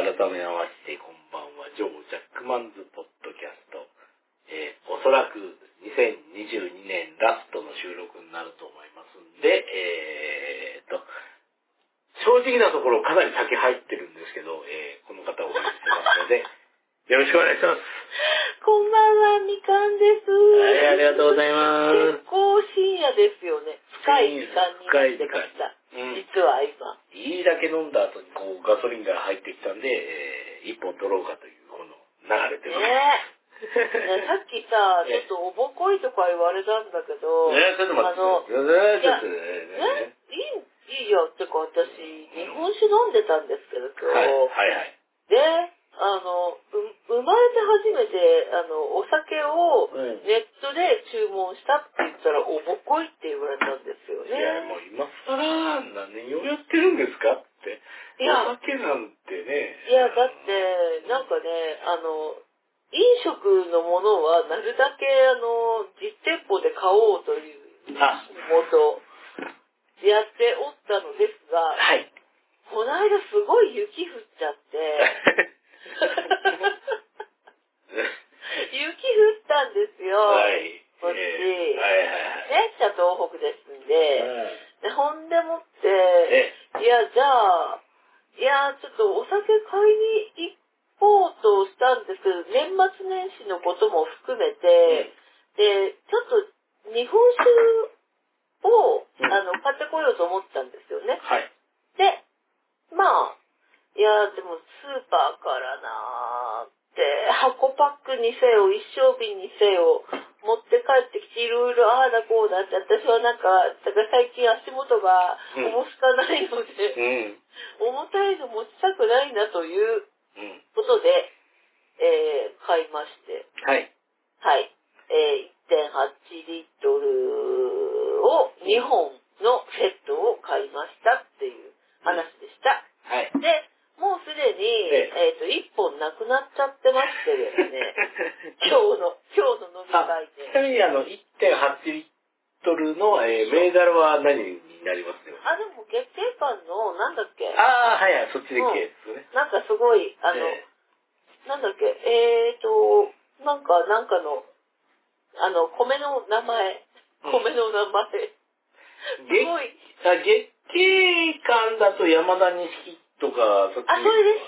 改めましてこんばんは。ジョー・ジャックマンズポッドキャスト、おそらく2022年ラストの収録になると思いますんで、正直なところかなり先入ってるんですけど、この方をお呼びしてますのでよろしくお願いします。 こんばんは、みかんです。 ありがとうございます。 結構深夜ですよね。深い時間になってました。実は今。 いいだけ飲んだ後にこうガソリンが入ってきたんで、一本取ろうかというこの流れてます。 ね、さっきさ、ちょっとおぼこいとか言われたんだけど、 ちょっと待っていいよ。ってか私、日本酒飲んでたんですけど、今日。 はい。 で、生まれて初めて、お酒をネットで注文したって言ったら、おぼこいって言われたんですよね。 いや、もう今更何をやってるんですかって。お酒なんてね。 いや、だって、なんかね、飲食のものはなるだけ、実店舗で買おうというもと、やっておったのですが、 はい。 この間すごい雪降っちゃって、雪降ったんですよ。 はい。 こっち。 はい。 ね、北東北ですんで。ほんでもって、ちょっとお酒買いに行こうとしたんですけど、年末年始のことも含めて、で、ちょっと日本酒を、買ってこようと思ったんですよね。 はい。 で、でもスーパーからなーって、箱パックにせよ、一升瓶にせよ、持って帰ってきていろいろああだこうだって、私はだから最近足元が重すかないので、重たいの持ちたくないなということで、買いまして。 はい。 はい。1.8 リットルを2本のセットを買いましたっていう話でした。 はい。 で、もうすでに、1本なくなっちゃってましてですね、今日の飲み会で。 ちなみに1.8 リットルの、銘柄は何になりますよ。 でも月経館の、なんだっけ。 はい、そっちで系ですね。 なんかすごい、なんだっけ、なんかの、米の名前。すごい。 月経館だと山田錦とか、そっちそれです。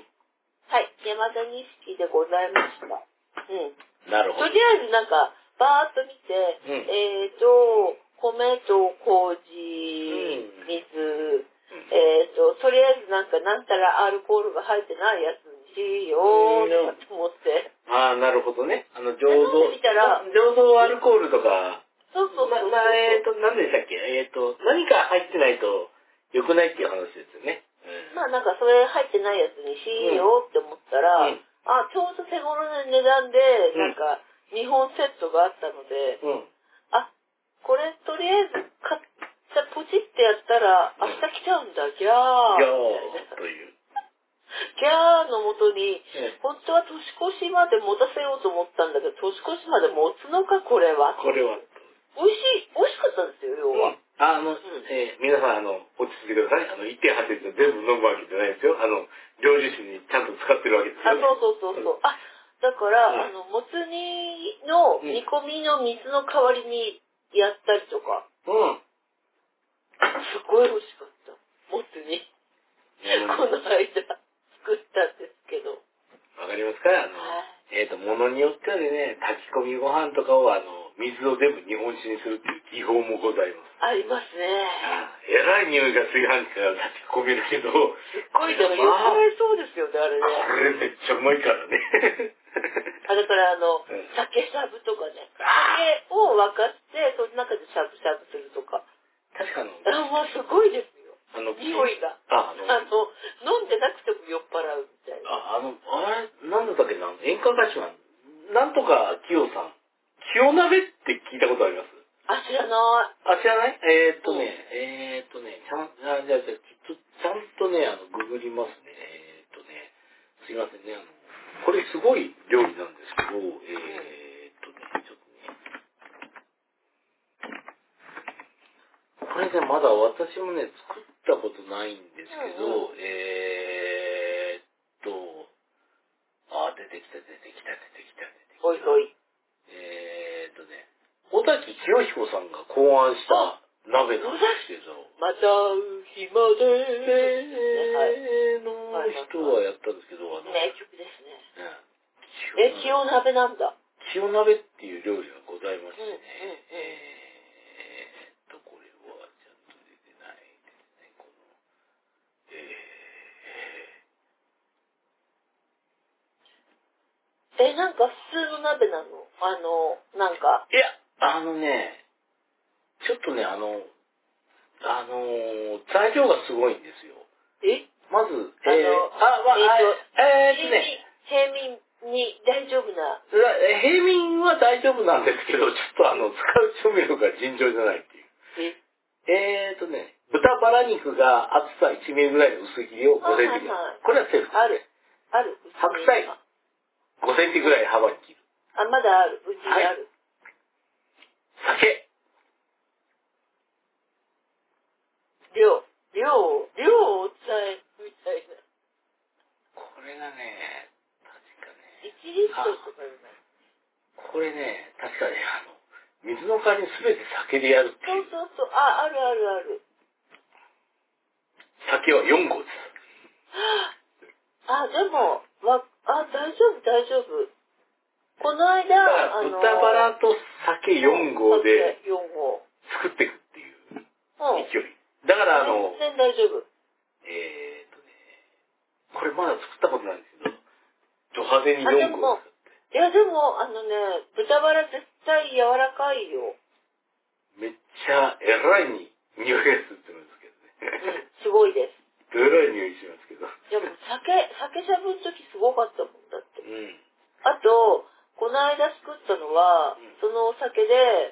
はい、山田錦でございました。 なるほど。 とりあえずなんか、バーッと見て、米と麹、水、とりあえずなんたらアルコールが入ってないやつにしようと思って。 なるほどね。 飲んでみたら、 醸造アルコールとか、 そう。 何でしたっけ何か入ってないと良くないっていう話ですよね。 それ入ってないやつにしようって思ったら、ちょうど手頃な値段で、2本セットがあったので、これとりあえず買ったポチってやったら、明日来ちゃうんだ、ギャーみたいな。 という。 ギャーのもとに、本当は年越しまで持たせようと思ったんだけど、年越しまで持つのか、これは。美味しかったんですよ、要は。 皆さん、落ち着いてください。1.8 リットル全部飲むわけじゃないですよ。料理酒にちゃんと使ってるわけですよね。 そう。だから、もつ煮の煮込みの水の代わりにやったりとか。すごい美味しかった。もつ煮。この間、作ったんですけど。 わかりますか？ものによってはね、炊き込みご飯とかを水を全部日本酒にするっていう技法もございます。 ありますね。 えらい匂いが炊飯器から炊き込めるけど。 すっごい、でも酔っ払いそうですよね、あれね。 これめっちゃうまいからね。 だから酒しゃぶとかね。酒を沸かして、その中でしゃぶしゃぶするとか。 確かすごいですよ。匂いが。飲んでなくても酔っ払うみたいな。 あれ、なんだったっけな、演歌歌手は、なんとか清さん。清鍋って聞いたことあります？ 知らない。 知らない？ちゃんとね、ググりますね。すいませんね、これすごい料理なんですけど、ちょっとね。これね、まだ私もね、作ったことないんですけど、 考案した鍋なんですけど。 またう日までの人はやったんですけど、 名曲ですね。 清鍋なんだ。 清鍋っていう料理がございましてね。これはちゃんと出てないですね。 なんか普通の鍋なの？なんか。 いや、ちょっとね、材料がすごいんですよ。まず、 平民に大丈夫な。 平民は大丈夫なんですけど、ちょっと使う調味料が尋常じゃないっていう。豚バラ肉が厚さ1ミリぐらいの薄切りを5センチぐらい。これはセーフ。 ある。 白菜5センチぐらい幅に切る。 まだある。うちにある。 酒。 量を伝えみたいな。 これがね、確かね。 1リットルとかじゃない。 これね、確かに水の代わりに全て酒でやるっていう。 そう。ある。 酒は4合です。 でも、大丈夫。この間、 豚バラと酒4合で作っていくっていう勢い。だから全然大丈夫。 これまだ作ったことないんですけど、ド派手に4合使って。 いやでも、豚バラ絶対柔らかいよ。 めっちゃえらいに匂いがするって言うんですけどね。 すごいです。 えらい匂いしますけど。 でも酒しゃぶの時すごかったもんだって。 うん。 あと、この間作ったのは、そのお酒で、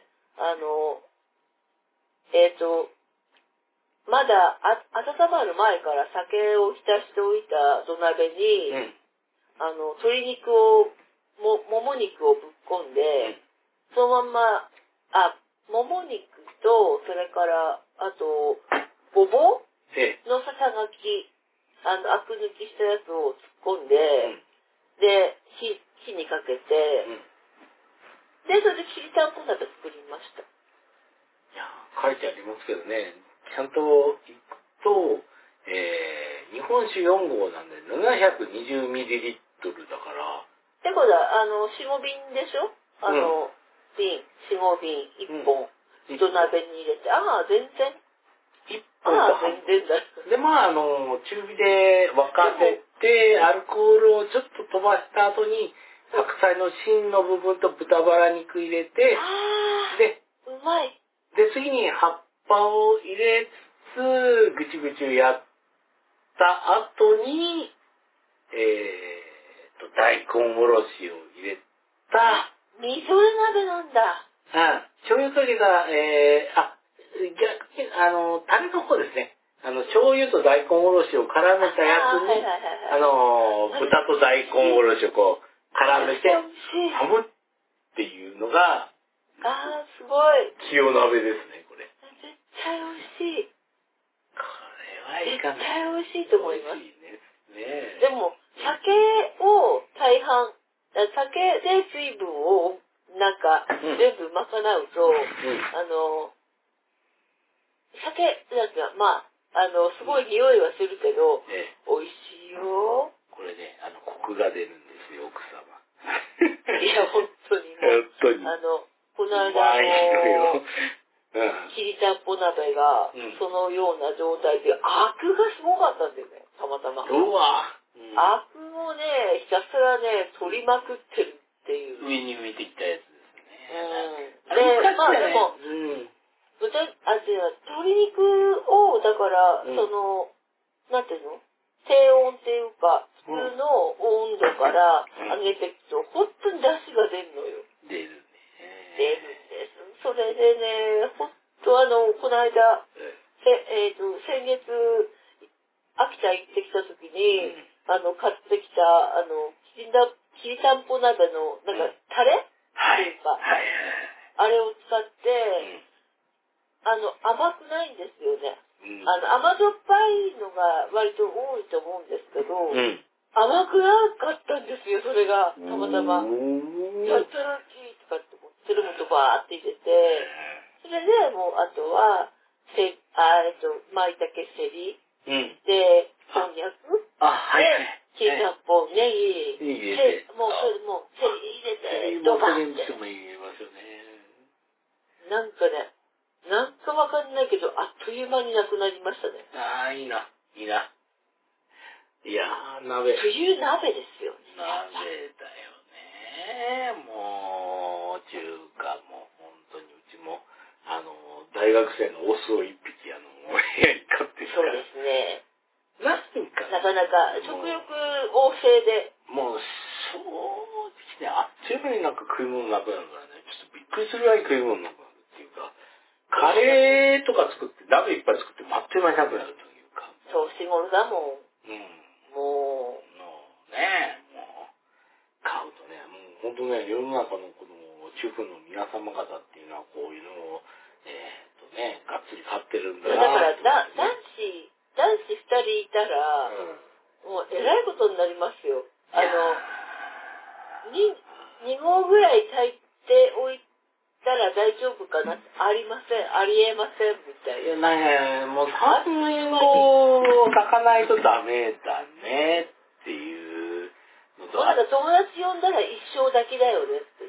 まだ温まる前から酒を浸しておいた土鍋に、鶏肉を、もも肉をぶっ込んで、そのまんま、もも肉と、それから、あと、ごぼうのささがき、アク抜きしたやつを突っ込んで、で、火にかけて、で、それできりたんぽ鍋作りました。 いや、書いてありますけどね、ちゃんと行くと、日本酒4合なんで720ミリリットルだから。 ってことは、4、5瓶でしょ？瓶、4、5瓶、1本、土鍋に入れて、全然。 1本と全然だ。 で、中火で沸かせて、アルコールをちょっと飛ばした後に、白菜の芯の部分と豚バラ肉入れて、で、 うまい。 で、次に葉っぱを入れつつ、ぐちぐちやった後に、大根おろしを入れた。 味噌鍋なんだ。 醤油かけた、逆に、タレの方ですね。醤油と大根おろしを絡めたやつに、豚と大根おろしをこう、絡めて、ハムっていうのが、 すごい。 清鍋ですね、これ。 絶対美味しい。 これはいかない。 絶対美味しいと思います。 美味しいね。 でも、酒を大半、酒で水分をなんか全部賄うと、酒なんかすごい匂いはするけど、美味しいよ。 これね、コクが出るんですよ、奥様。 いや、本当にもう。 本当に。 この間きりたんぽ鍋が、そのような状態で、アクがすごかったんだよね、たまたま。 うわ。 アクをね、ひたすらね、取りまくってるっていう。 上に浮いてきたやつですね。 でも、鶏肉を、だから、なんていうの？低温っていうか、普通の温度から上げていくと、本当に出汁が出るのよ。 出るね。 出るんです。それでね、本当この間、先月、秋田行ってきた時に、買ってきた、きりたんぽ鍋の、なんか、タレっていうか、あれを使って、甘くないんですよね。甘じょっぱいのが割と多いと思うんですけど、甘くなかったんですよ、それが、たまたま。やったらきとかって、それもとバーって入れて、 それでもうあとは舞茸セリ、でこんにゃく、きりたんぽ、ネギ入れて、もうそれもうセリ入れてドバンって。なんかね、なんかわかんないけどあっという間になくなりましたね。 ああ、いいな。いやー、鍋。 冬鍋ですよね。 鍋だよね。もう、中華も、本当にうちも、大学生のオスを一匹、飼ってるから。 そうですね。 なんか。 なかなか、食欲旺盛で。 もう、正直ね、あっという間になんか食い物なくなるからね、ちょっとびっくりするぐらい食い物なくなるっていうか、カレーとか作って、鍋いっぱい作って、あっという間になくなるというか。 そう、仕事だもん。もうね、もう、買うとね、もう本当ね、世の中のこの主婦の皆様方っていうのはこういうのを、がっつり買ってるんだな。 だから男子2人いたら、もうえらいことになりますよ。2合ぐらい炊いておいたら大丈夫かなって、ありえませんみたいな。 もう3合炊かないとダメだねっていうのと。 もうなんか友達呼んだら一生だけだよねっていう。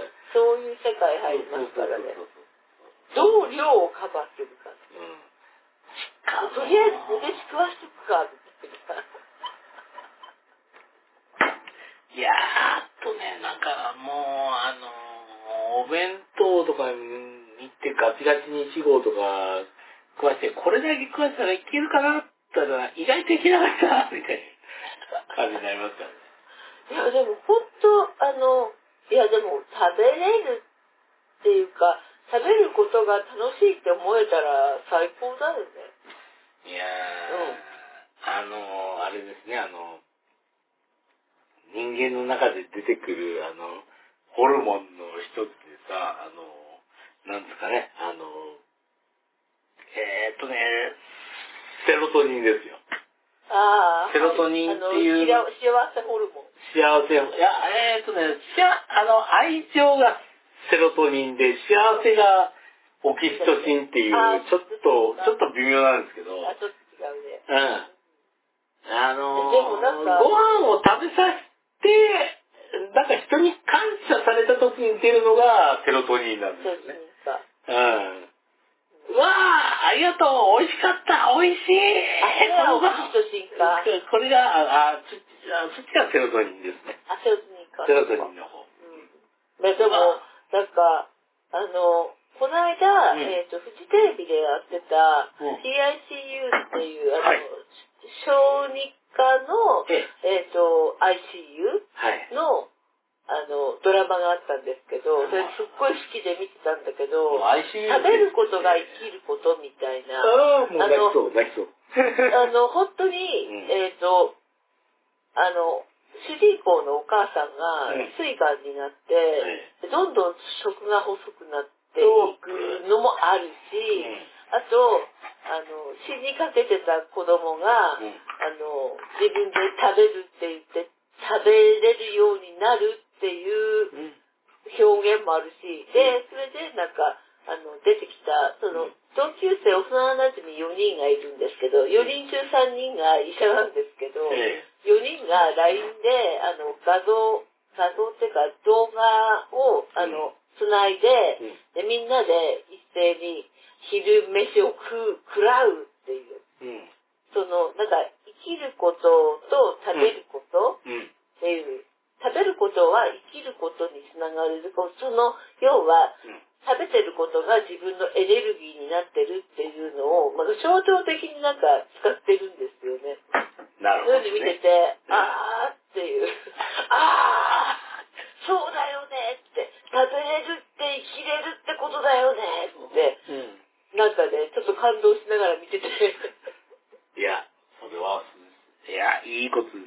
そういう世界入りますからね。どう量をカバーするか。とりあえずお飯食わしとくかみたいな。 いやーっとね、なんかもうお弁当とかに行ってガチガチに1合とか食わして、これだけ食わしたらいけるかなって言ったら意外といけなかったみたいな感じになりますからね。 いやでも本当でも食べれるっていうか、食べることが楽しいって思えたら最高だよね。 いやー、あれですね、人間の中で出てくるホルモンの一つでさ、なんですかね、セロトニンですよ。セロトニンっていう。 幸せホルモン。 愛情がセロトニンで、幸せがオキシトシンっていう、ちょっと微妙なんですけど。 ちょっと違うね。 でもなんかご飯を食べさせて、なんか人に感謝された時に出るのがセロトニンなんですよね。うわー、ありがとう、美味しかった、美味しい。これが、そっちがセロトニンですね。 セロトニンか。 セロトニンの方。 でも、なんか、この間、フジテレビでやってた CICU っていう、小児科の、ICU の、ドラマがあったんですけど、それすっごい好きで見てたんだけど、食べることが生きることみたいな。 もう泣きそう。 本当に、主人公のお母さんが膵がんになって、どんどん食が細くなっていくのもあるし、あと、死にかけてた子供が、自分で食べるって言って、食べれるようになるっていう表現もあるし、で、それでなんか、出てきた、同級生、幼馴染4人がいるんですけど、4人中3人が医者なんですけど、4人が LINE で、画像っていうか動画を、つないで、みんなで一斉に昼飯を食らうっていう。なんか、生きることと食べることっていう、食べることは生きることにつながる。要は、食べてることが自分のエネルギーになってるっていうのを、象徴的になんか使ってるんですよね。 なるほど、ね。 そういうの見てて、あーっていう。あーそうだよねって。食べれるって生きれるってことだよねって。なんかね、ちょっと感動しながら見てて。 いや、それは、いいことですよ。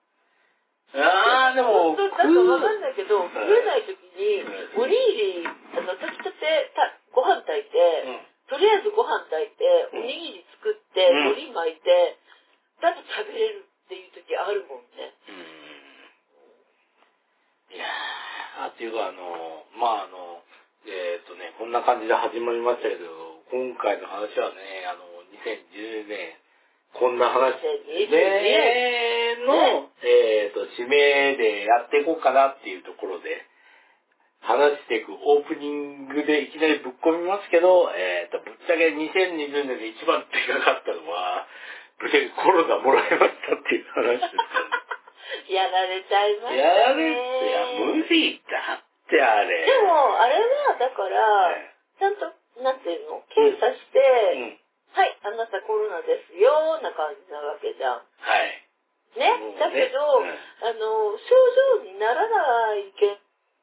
でも、 なんかわかんないけど、食えない時に、おにぎり、炊きたてご飯炊いて、とりあえずご飯炊いて、おにぎり作って、海苔巻いて、だと食べれるっていう時あるもんね。 いやー、っていうか、 こんな感じで始まりましたけど、今回の話はね、2010年、こんな話での、指名でやっていこうかなっていうところで、話していくオープニングでいきなりぶっ込みますけど、ぶっちゃけ2020年で一番でかかったのは、ぶっちゃけコロナもらいましたっていう話ですからね。 やられちゃいましたね。 やられて、いや、無理だってあれ。 でも、あれは、だから、ちゃんと、なんていうの、検査して、はい、あなたコロナですよ、な感じなわけじゃん。 はい。 ね。だけど、症状にならないけ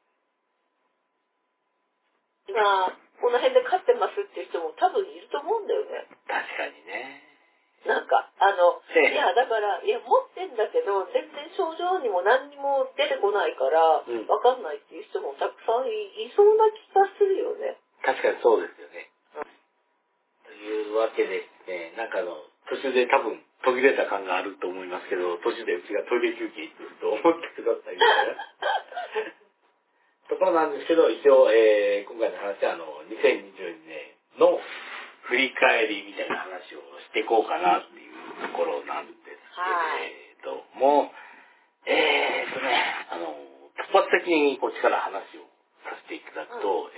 が、この辺で飼ってますっていう人も多分いると思うんだよね。 確かにね。 なんか、いや、だから、いや、持ってんだけど、全然症状にも何にも出てこないから、わかんないっていう人もたくさんいそうな気がするよね。 確かにそうですよね。というわけでね、なんか途中で多分途切れた感があると思いますけど、途中でうちがトイレ休憩行くと思ってくださいみたいなところなんですけど、一応、今回の話は2022年の振り返りみたいな話をしていこうかなっていうところなんですけれども、突発的にこっちから話をさせていただくと、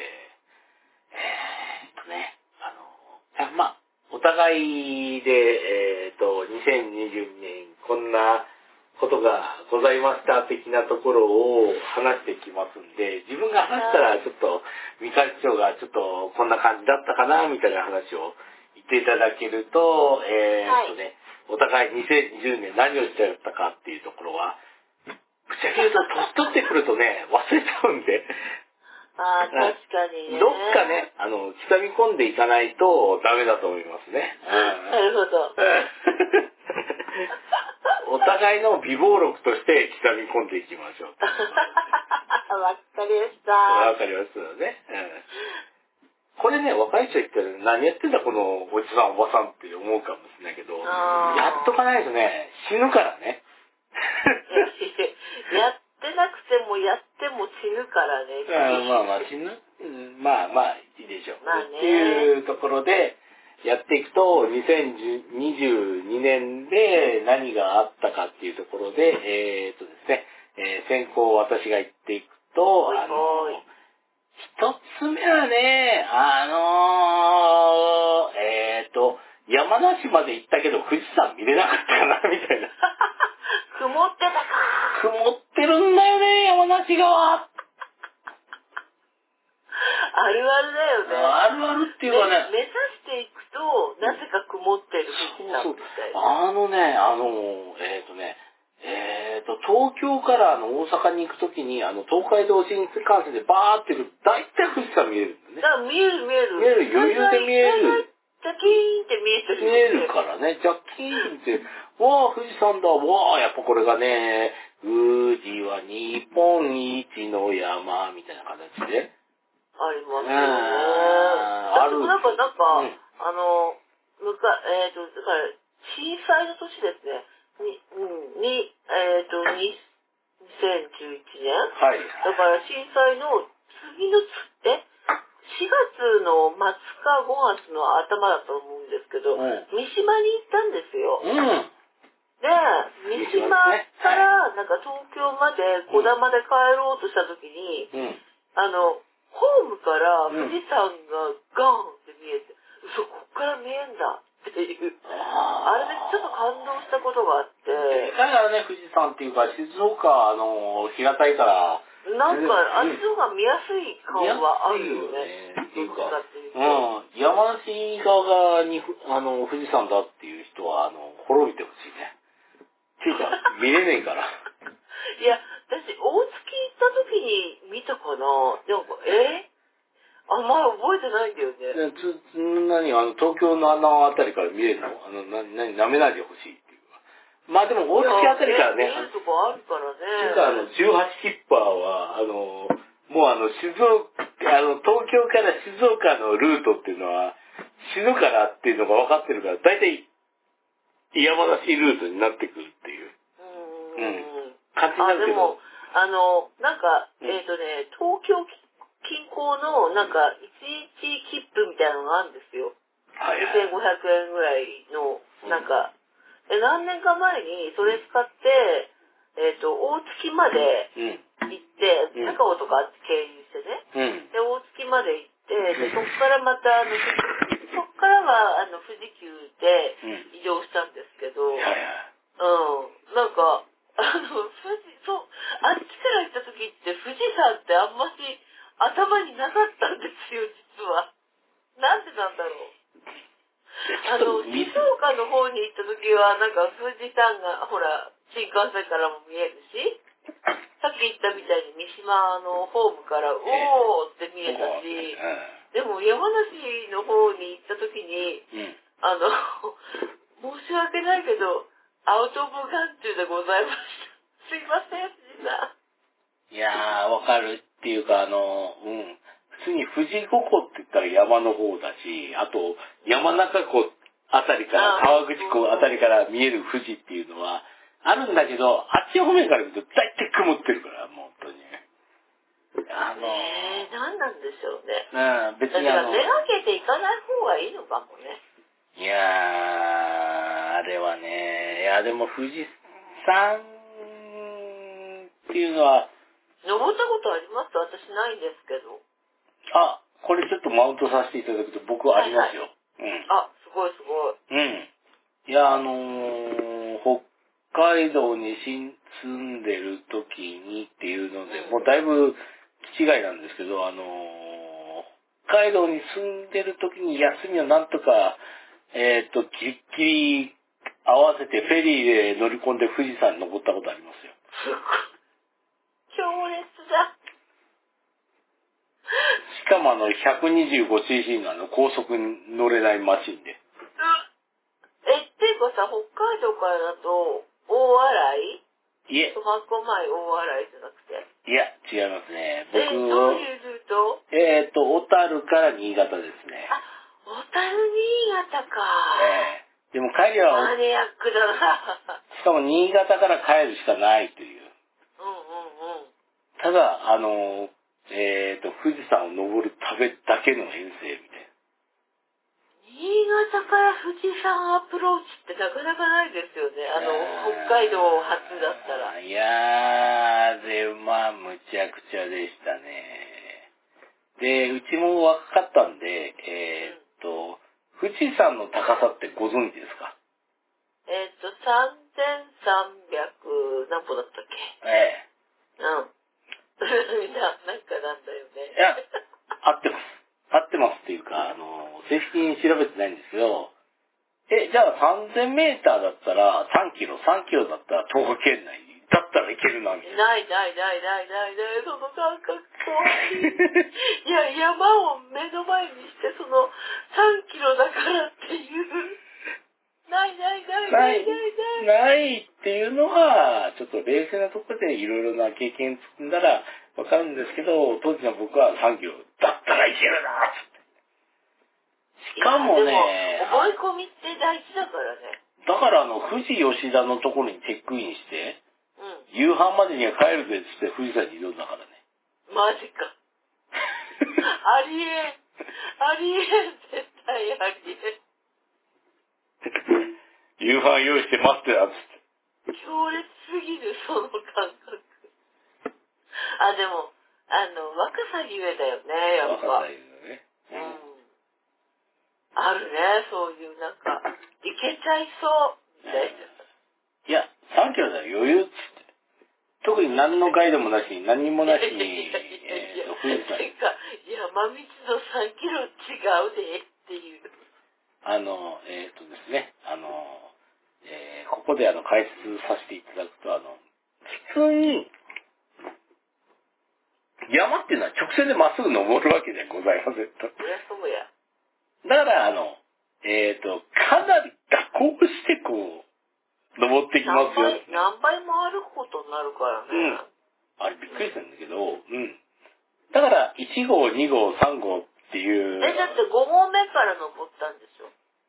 まあ、お互いで、2022年こんなことがございました的なところを話してきますんで、自分が話したらちょっと、三上長がちょっとこんな感じだったかな、みたいな話を言っていただけると、お互い2020年何をしてたかっていうところは、ぶっちゃけ言うと年取ってくるとね、忘れちゃうんで、 ああ、確かにね。 どっかね、刻み込んでいかないとダメだと思いますね。 なるほど。 お互いの備忘録として刻み込んでいきましょう。 わかりました。 わかりますよね。これね、若い人言ったら何やってんだこのおじさんおばさんって思うかもしれないけど、やっとかないとね、死ぬからね。 やってなくてもやっても死ぬからね。 まあ死ぬ。まあいいでしょう。 まあね。 っていうところでやっていくと、2022年で何があったかっていうところで、ですね、先行私が言っていくと、一つ目はね、山梨まで行ったけど富士山見れなかったかな、みたいな。 曇ってたか。 曇ってるんだよね、山梨川。 あるあるだよね。 あるあるっていうかね。 目指していくと、なぜか曇ってる富士山みたいな。 東京から大阪に行くときに、東海道新幹線でバーって行くと、大体富士山見えるんだね。 見える。 余裕で見える。 ジャキーンって見えてる。 見えるからね、ジャキーンって、わあ、富士山だ、わあ、やっぱこれがね、富士は日本一の山、みたいな形で。 ありますよね。なんか、だから震災の年ですね。2011年。 はい。 だから震災の次の4月の末か5月の頭だと思うんですけど、三島に行ったんですよ。で、三島からなんか東京まで小玉で帰ろうとした時に、ホームから富士山がガーンって見えて、こっから見えんだっていう、あれでちょっと感動したことがあって。 でかいからね、富士山っていうか、静岡平たいから、 なんか、あっちの方が見やすい感はあるよね。 っていうか、山梨側に富士山だっていう人は、滅びてほしいね。っていうか、見れねえから。 いや、私、大月行った時に見たかな。なんか、あんまり覚えてないんだよね。 東京のあたりから見れるの？舐めないでほしいっていうか。まあでも、大月あたりからね。 見えるとこあるからね。 18キッパーは、もう東京から静岡のルートっていうのは、死ぬからっていうのが分かってるから、だいたい山梨ルートになってくるっていう。感じになるけど。 でも、なんか、東京近郊のなんか1日切符みたいなのがあるんですよ。2500円ぐらいの、なんか、何年か前にそれ使って、大月まで行って、高尾とか経由してね、で、大月まで行って、で、そこからまた、そこからは、富士急で移動したんですけど、なんか、あっちから行った時って富士山ってあんまり頭になかったんですよ、実は。なんでなんだろう。静岡の方に行った時は、なんか富士山が、ほら、新幹線からも見えるし、さっき言ったみたいに三島のホームから、おーって見えたし、でも山梨の方に行った時に、申し訳ないけど、アウト・オブ・眼中でございました。すいません、藤さん。いやー、わかるっていうか、普通に富士五湖って言ったら山の方だし、あと、山中湖あたりから、川口湖あたりから見える富士っていうのは、あるんだけど、あっち方面から見ると大体曇ってるから、もう本当に。 何なんでしょうね。 別にだからめがけていかない方がいいのかもね。 いやー、あれはね、いやでも富士山っていうのは、 登ったことあります？私ないんですけど。 あ、これちょっとマウントさせていただくと僕はありますよ。 あ、すごいすごい。 いや、北海道に住んでる時にっていうので、もうだいぶ違いなんですけど、北海道に住んでる時に休みをなんとか、ぎっきり合わせてフェリーで乗り込んで富士山に登ったことありますよ。 強烈だ。 しかも125cc の高速に乗れないマシンで。 っていうかさ、北海道からだと、大洗？ いえ。 苫小牧大洗じゃなくて。 いや、違いますね。 どういうルート？ 小樽から新潟ですね。 あ、小樽新潟か。 でも帰りは、 マニアックだな。 しかも新潟から帰るしかないという。ただ、富士山を登るためだけの遠征みたいな。 新潟から富士山アプローチってなかなかないですよね。北海道初だったら。 いやー、まあ、むちゃくちゃでしたね。で、うちも若かったんで、富士山の高さってご存知ですか ？3300何歩だったっけ？なんかなんだよね。 いや、合ってます。合ってますっていうか、正式に調べてないんですけど、じゃあ3000メーターだったら3キロだったら東北県内だったらいけるな、みたいな。 ない、その感覚怖い。いや、山を目の前にして、3キロだからっていう。 ないっていうのは、ちょっと冷静なところでいろいろな経験積んだらわかるんですけど、当時の僕は3キロだったらいけるなって。しかもね、 でも覚え込みって大事だからね。 だから富士吉田のところにチェックインして、夕飯までには帰るぜっつって富士山に移動だからね。 マジか。ありえん、絶対ありえん。 夕飯用意して待ってなっつって。 強烈すぎる、その感覚。でも、若さゆえだよね、やっぱ。 若さゆえね。 あるね、そういうなんか、いけちゃいそう、みたいな。 いや、3キロだよ、余裕っつって。特に何のガイドもなしに、何もなしに、富士山。 てか、山道の3キロ違うで、っていう。 ですね、ここで解説させていただくと、普通に、山っていうのは直線でまっすぐ登るわけではございませんと。 そりゃそうや。 だから、かなり蛇行して登ってきますよ。 何倍も歩くことになるからね。 あれびっくりしたんだけど、だから、1号、2号、3号っていう。 だって5合目から登ったんでしょ？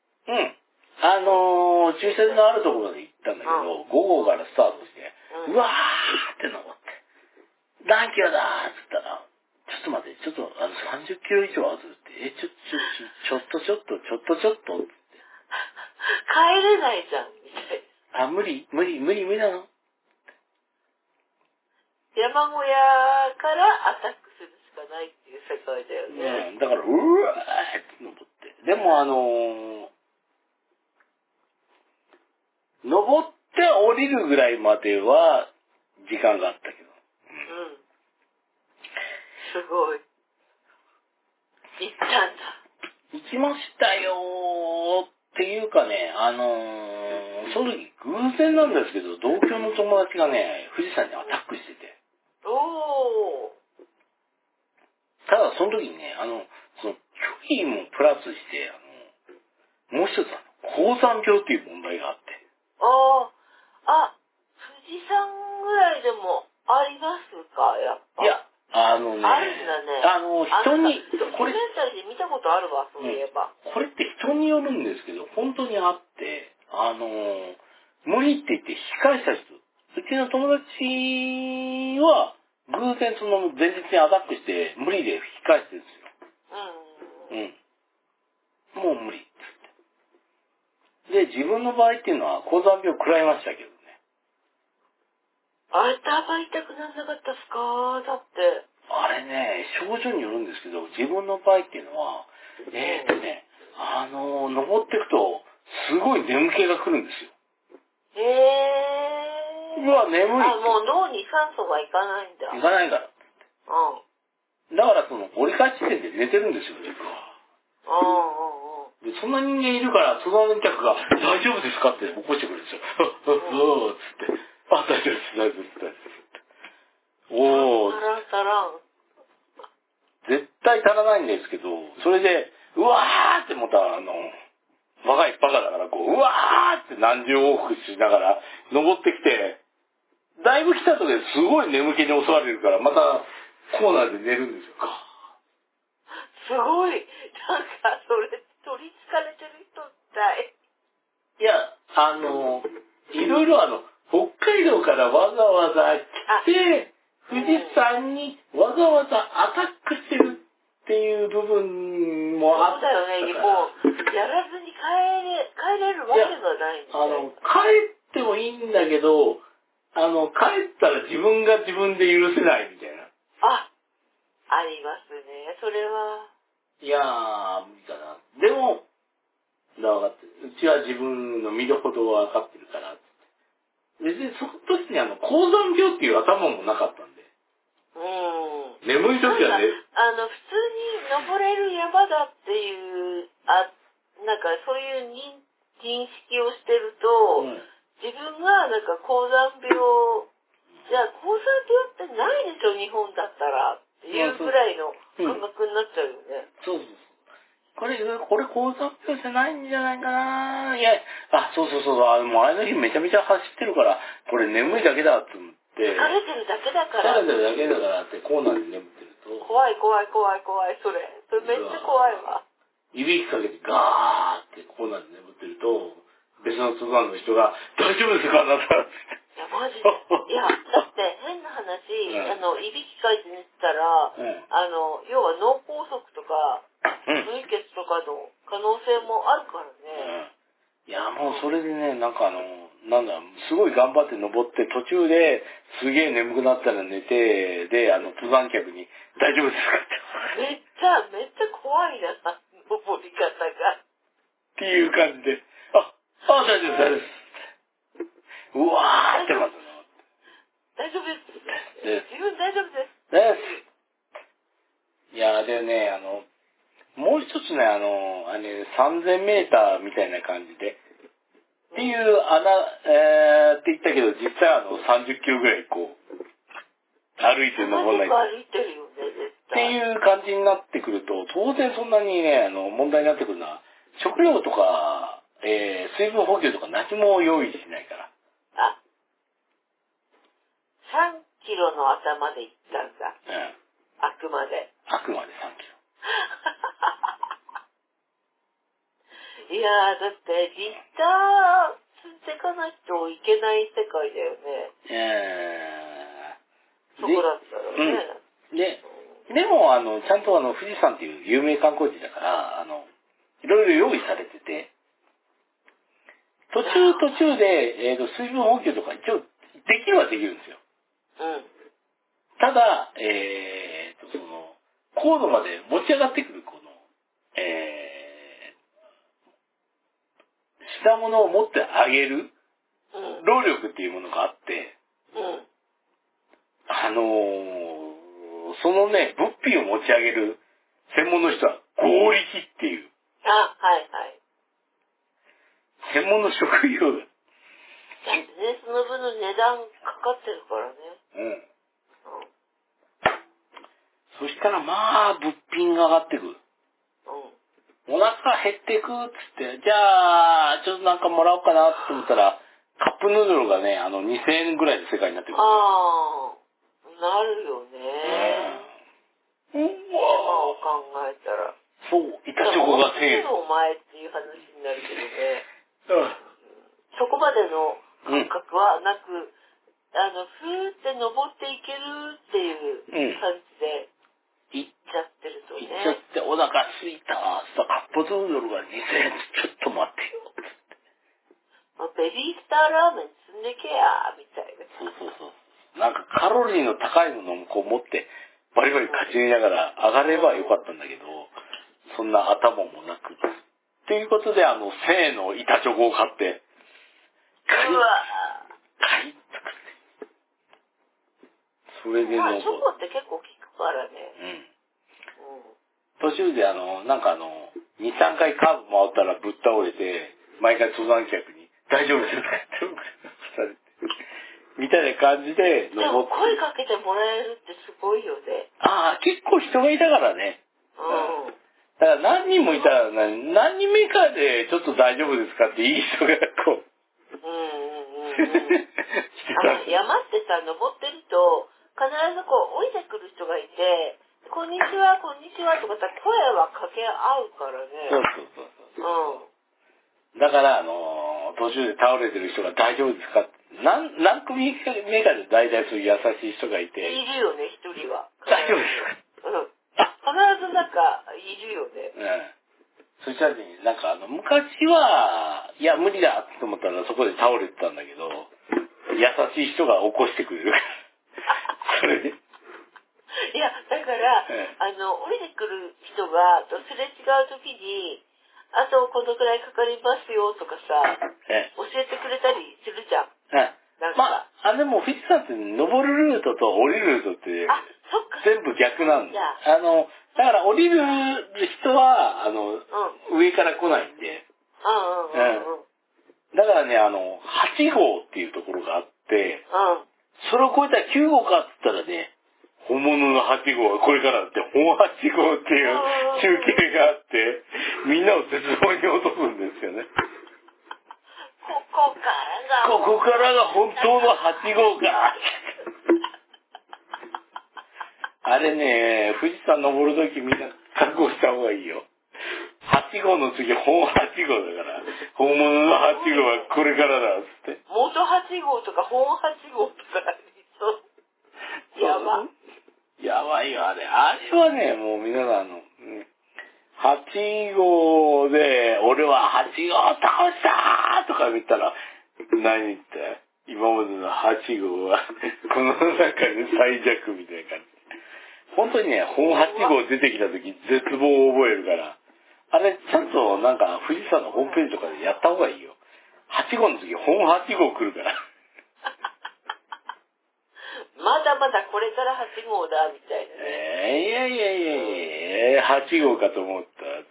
駐車場のあるところまで行ったんだけど、5号からスタートして、うわーって登って、何キロだーっつったら、ちょっと待って、 ちょっと30キロ以上あるって、ちょっとって。 帰れないじゃん、みたいな。 無理なの。 山小屋からアタックするしかないっていう世界だよね。 だから、うわーって登って。でも登って降りるぐらいまでは時間があったけど。 すごい。行ったんだ。 行きましたよーっていうかね、その時偶然なんですけど、同居の友達がね、富士山にアタックしてて。 おー。 ただその時にね、その距離もプラスして、もう一つ高山病っていう問題があって。 富士山ぐらいでもありますか、やっぱ。 いや、 あるんだね。 人に、 これ、ドキュメンタリーで見たことあるわ、そういえば。 これって人によるんですけど、本当にあって、無理って言って引き返した人、うちの友達は、偶然その前日にアタックして、無理で引き返してるんですよ。もう無理っつって。で、自分の場合っていうのは、高山病食らいましたけどね。 頭痛くなんなかったっすか？だって。 あれね、症状によるんですけど、自分の場合っていうのは、登っていくと、すごい眠気が来るんですよ。うわ、眠い。 もう脳に酸素がいかないんだ。 いかないから。だから折り返し地点で寝てるんですよ、僕は。で、そんな人間いるから、隣の客が、大丈夫ですかって起こしてくるんですよ。そう、つって。大丈夫です、大丈夫です。おー。絶対足らないんですけど、それで、うわーってまた、若いバカだから、うわーって何十往復しながら、登ってきて、だいぶ来たときですごい眠気に襲われるから、また、コーナーで寝るんですよ。 すごい。なんか、それ、取りつかれてる人みたい。 いや、いろいろ北海道からわざわざ来て、富士山にわざわざアタックしてるっていう部分もあったから。 そうだよね。もう、やらずに帰れるわけがないんだよ。 帰ってもいいんだけど、帰ったら自分が自分で許せないみたいな。 ありますね。それは。 いやー、無理だな。でも、分かってる。うちは自分の見どころは分かってるから。別にその時に高山病っていう頭もなかったんで。眠い時はね。 普通に登れる山だっていう、なんかそういう認識をしてると、自分がなんか高山病、じゃあ高山病ってないでしょ、日本だったらっていうぐらいの感覚になっちゃうよね。 そう。これ高山病じゃないんじゃないかな。いや、そう。もうあの日めちゃめちゃ走ってるから、これ眠いだけだって思って。 疲れてるだけだからってコーナーで眠ってると。 怖い、それめっちゃ怖いわ。 いびきかけてガーってコーナーで眠ってると、別の登山の人が、大丈夫ですかあなた。 いや、マジで。いや、だって変な話、いびきかいて寝てたら、要は脳梗塞とか、無意血とかの可能性もあるからね。 いや、もうそれでね、なんかすごい頑張って登って途中ですげえ眠くなったら寝て、で、登山客に大丈夫ですかって。 めっちゃ怖いな、登り方が。 っていう感じで、大丈夫です。うわーってまず大丈夫です。自分大丈夫です。 いや、でね、もう一つね、3000メーターみたいな感じで、っていうって言ったけど、実際30キロぐらい歩いて登らない。 歩いてるよね、絶対。 っていう感じになってくると、当然そんなにね、問題になってくるのは、食料とか、水分補給とか何も用意しないから。 3キロの頭で行ったんだ。あくまで 3キロ。 いやー、だってリッター積んでかないといけない世界だよね。そこだったらね。 でも、ちゃんと富士山っていう有名観光地だから、いろいろ用意されてて、途中で、水分補給とか一応、できるはできるんですよ。 うん。 ただ、高度まで持ち上がってくる、品物を持ってあげる、労力っていうものがあって、 うん。 そのね、物品を持ち上げる専門の人は合力っていう。 あ、はいはい。 専門の職業だ。 だってね、その分の値段かかってるからね。 うん。そしたらまあ、物品が上がってくる。お腹減ってくっつって、じゃあ、ちょっとなんかもらおうかなって思ったら、カップヌードルがね、2000円ぐらいの世界になってくる。 ああ、なるよね。 うわ今を考えたら。 そう、板チョコが1000円。 お前っていう話になるけどね。 うん。 そこまでの感覚はなく、ふーって登っていけるっていう感じで行っちゃってるとね。 行っちゃって、お腹すいたわ。カップヌードルが2000円。ちょっと待ってよ。 ベビースターラーメン積んでけや、みたいな。 そう。なんかカロリーの高いものをこう持って、バリバリかじりながら上がればよかったんだけど、そんな頭もなく。っていうことで、1000円の板チョコを買って、 うわ買い作って。それでまあ、チョコって結構効くからね。 途中でなんか2、3回カーブ回ったらぶっ倒れて、毎回登山客に、大丈夫ですかってみたいな感じででも声かけてもらえるってすごいよね。 ああ、結構人がいたからね。だから何人もいたら、何人目かでちょっと大丈夫ですかっていい人がこう。 山ってさ、登ってると、必ずこう降りてくる人がいて、こんにちは、こんにちはとかさ、声は掛け合うからね。 そう。だから、途中で倒れてる人が大丈夫ですかって何組目かで大体そういう優しい人がいて。 いるよね、一人は。 大丈夫ですか必ずなんか、いるよね。 そしたらね、なんか昔は、いや、無理だって思ったらそこで倒れてたんだけど、優しい人が起こしてくれるから。それで。 いや、だから、降りてくる人が、すれ違うときに、あとこのくらいかかりますよとかさ、教えてくれたりするじゃん。 まあ、でも富士山って登るルートと降りるルートって全部逆なんだ。だから降りる人は、上から来ないんで。だからね、8号っていうところがあって、それを超えたら9号かって言ったらね、本物の8号はこれからだって、本8号っていう中継があって、みんなを絶望に落とすんですよね。ここからが本当の8号か。あれね、富士山登るときみんな覚悟した方がいいよ。8号の次本8号だから、本物の8号はこれからだっつって。 元8号とか本8号とかありそう。やば。 やばいよ、あれ。あれはね、もう皆さん8号で、俺は8号倒したとか言ったら、何言って今までの8号は、この中で最弱みたいな感じ。本当にね、本8号出てきた時、絶望を覚えるから、あれ、ちゃんとなんか、富士山のホームページとかでやった方がいいよ。8号の次、本8号来るから。 まだまだこれから8号だ、みたいなね。いや、8号かと思った、つって。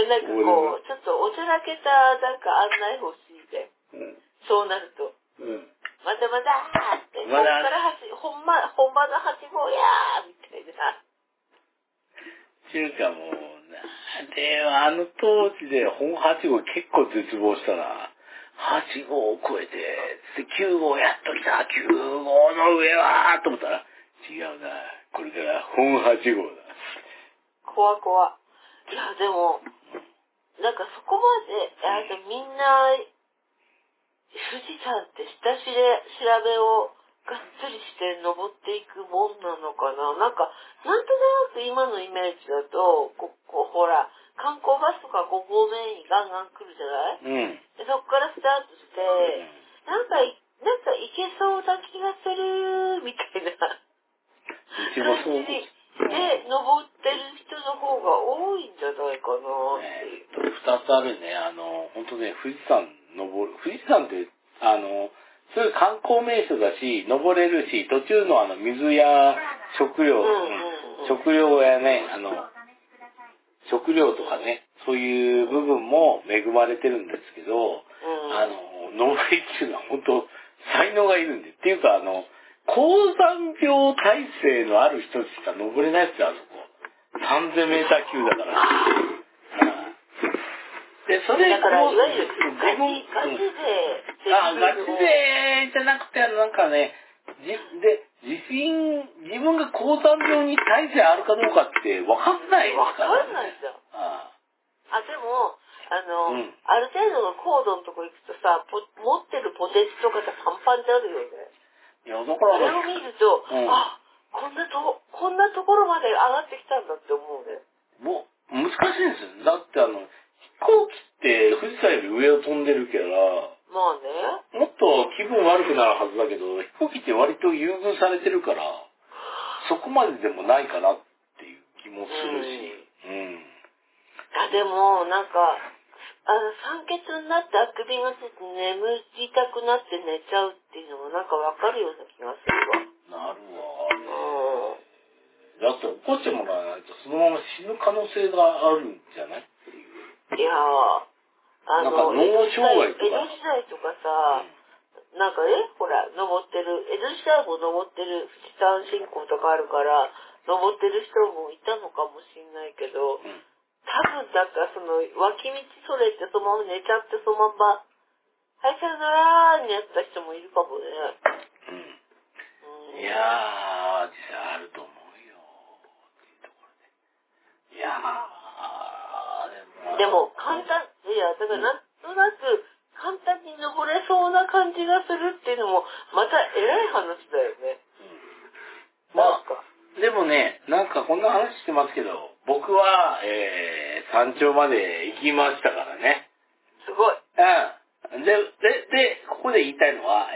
なんかこう、ちょっとおちゃらけた、なんか案内欲しいで。そうなると。まだまだーって、こっから本場の8号やーみたいな。 中華もでも当時で本8号結構絶望したな。8号を超えて、9号やっと来た、9号の上はと思ったら、違うな、これから本8号だ。 怖。いや、でも、なんかそこまで、みんな、富士山って下調べをがっつりして登っていくもんなのかな。なんとなく今のイメージだと、ほら、観光バスとか5合目にガンガン来るじゃない？でそこからスタートして、なんか行けそうな気がする、みたいな感じで登ってる人の方が多いんじゃないかなっていう。 2つあるね。本当ね、富士山って、そういう観光名所だし、登れるし、途中の水や食料やね、食料とかね、そういう部分も恵まれてるんですけど、登りっていうのは本当、才能がいるんで。っていうか、高山病耐性のある人しか登れないですよ、あそこ。3000メーター級だから。で、それだから、いわゆる、ガチ勢じゃなくて、なんかね、自分が高山病に耐性あるかどうかって分かんないですからね。 分かんないじゃん。でも、ある程度の高度のとこ行くとさ、持ってるポテチとかがパンパンってあるよね。 いや、だからそれを見ると、こんなところまで上がってきたんだって思うね。 もう、難しいんですよ。だって飛行機って富士山より上を飛んでるから、 まあね。 もっと気分悪くなるはずだけど、飛行機って割と優遇されてるから、そこまででもないかなっていう気もするし。 でも、酸欠になってあくびがついて眠りたくなって寝ちゃうっていうのもなんかわかるような気がするわ。 なるわ。だって起こしてもらわないとそのまま死ぬ可能性があるんじゃないっていう。 いやー、 脳障害とか。 江戸時代とかさ、ほら、登ってる、江戸時代も登ってる富士山信仰とかあるから、登ってる人もいたのかもしんないけど、多分その脇道それてそのまま寝ちゃってそのまま、はい、さよならーにやった人もいるかもね。 いやー、実際あると思うよ。っていうところで。いやー、 でも簡単、だからなんとなく簡単に登れそうな感じがするっていうのも、また偉い話だよね。 でもね、こんな話してますけど、僕は、山頂まで行きましたからね。 すごい。 で、ここで言いたいのは、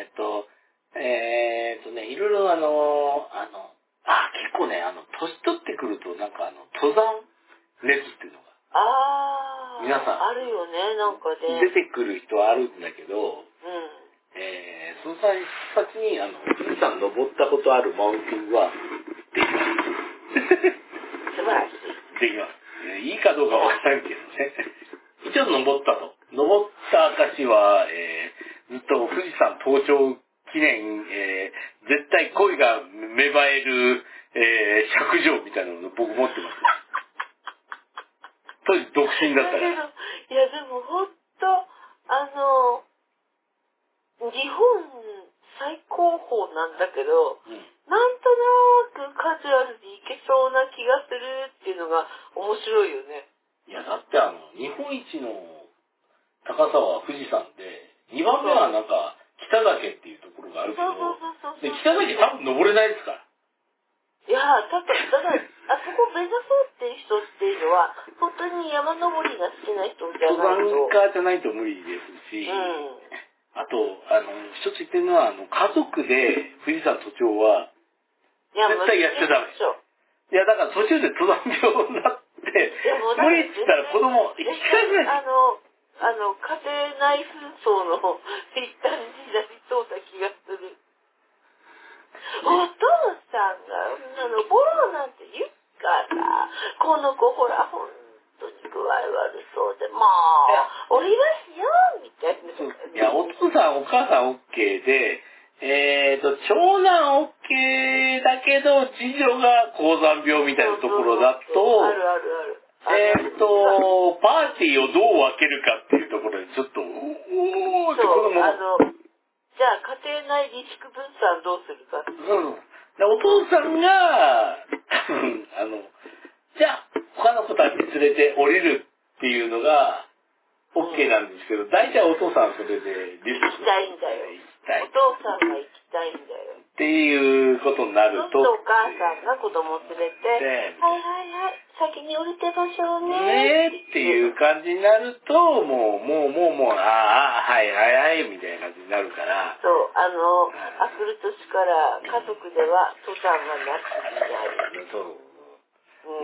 いろいろ結構ね、年取ってくると、登山熱っていうのが。皆さん。 あるよね、ね。 出てくる人はあるんだけど、その際先に、富士山登ったことあるマウンティングは、できます。 素晴らしい。 できます。いいかどうかわからんけどね。一応登ったと。登った証は、ずっと富士山登頂記念、絶対恋が芽生える、尺状みたいなのを僕持ってます。当時独身だったから。 いやでもほんと、日本最高峰なんだけど、なんとなくカジュアルに行けそうな気がするっていうのが面白いよね。 いや、だって日本一の高さは富士山で、2番目は北岳っていうところがあるけど、で北岳多分登れないですから。 いやだからあそこ目指そうっていう人っていうのは本当に山登りが好きな人じゃないと。 登山家じゃないと無理ですし、あと一つ言ってるのは家族で富士山登頂は絶対やっちゃダメ。いやだから途中で登山病になって無理って言ったら子供行きたくない。 家庭内紛争の一端になりそうな気がする。お父さんが登ろうなんて言うからこの子ほら本当に具合悪そうでもう降りますよみたいな。 いやお父さんお母さん OK で長男 OK だけど次女が高山病みたいなところだとあるあるある。 パーティーをどう分けるかっていうところでちょっとって子供じゃあ家庭内リスク分散どうするか。 お父さんが多分じゃあ他の子たち連れて降りるっていうのが OK なんですけど、大体お父さんそれで行きたいんだよ。お父さんが行きたいんだよ。 いうことになると。 お母さんが子供連れて、はいはいはい、先に降りてましょうね。 っていう感じになると、もう、はいはいはい、みたいな感じになるから。 そう、あくる年から家族では登山がなしになる。 そう。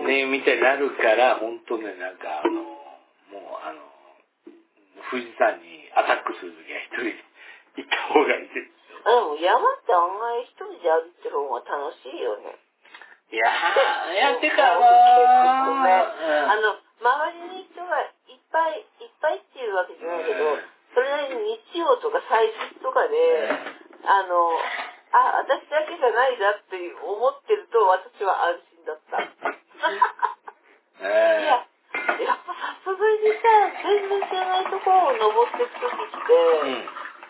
ね、みたいになるから、本当ね、なんかもう富士山にアタックするときは一人で行った方がいいですよ。 山って案外一人で歩いてる方が楽しいよね。 いやってた結構ごめん。周りに人がいっぱいっていうわけじゃないけど、それなりに日曜とか祭日とかで、私だけじゃないなって思ってると私は安心だった。いや、やっぱさすがにさ、全然知らないところを登っていくときって、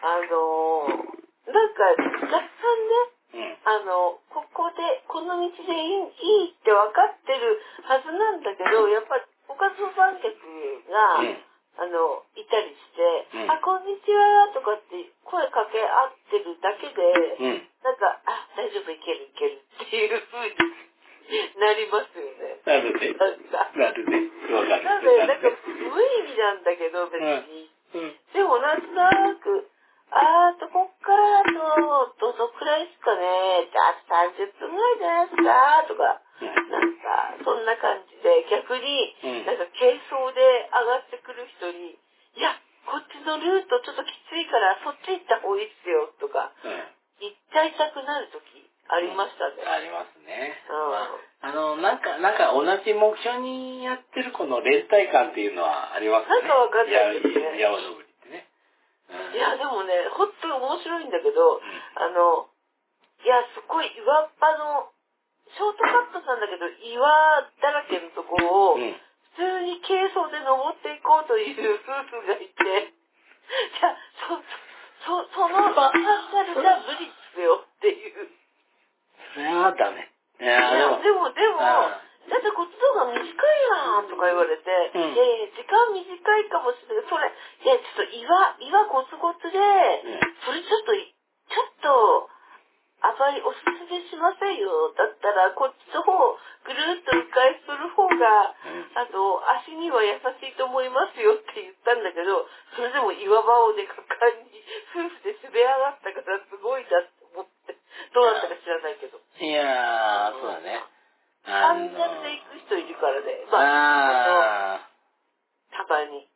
なんか若干ね、ここで、この道でいいって分かってるはずなんだけど、やっぱ他の観客が、いたりして、こんにちはとかって声かけ合ってるだけで、なんか、大丈夫、いけるっていう風になりますよね。 なるね。なるね。わかる。 なんか無意味なんだけど、別に。でもなんとなく、こっからどのくらいですかね、30分ぐらいじゃないですか、とか、なんか、そんな感じで、逆に、なんか軽装で上がってくる人に、いや、こっちのルートちょっときついから、そっち行った方がいいっすよ、とか、言っちゃいたくなるときありましたね。 ありますね。なんか同じ目標にやってるこの連帯感っていうのはありますね。 なんかわかんないですね。 山登りってね。 いや、でもね、ほんと面白いんだけど、いや、すごい岩っぱの、ショートカットなんだけど、岩だらけのところを、普通に軽装で登っていこうという夫婦がいて、じゃあ、そのスタイルじゃ無理っすよっていう。 それはダメ。 いや、でも、だってこっちの方が短いやんとか言われて、時間短いかもしれない。それ、ちょっと岩ゴツゴツで、それちょっと、あまりおすすめしませんよ。だったら、こっちの方、ぐるっと迂回する方が、足には優しいと思いますよって言ったんだけど、それでも岩場をね、果敢に夫婦で滑り上がったからすごいなって思って、どうなったか知らないけど。 いやー、そうだね。 サンダルで行く人いるからね。たまに。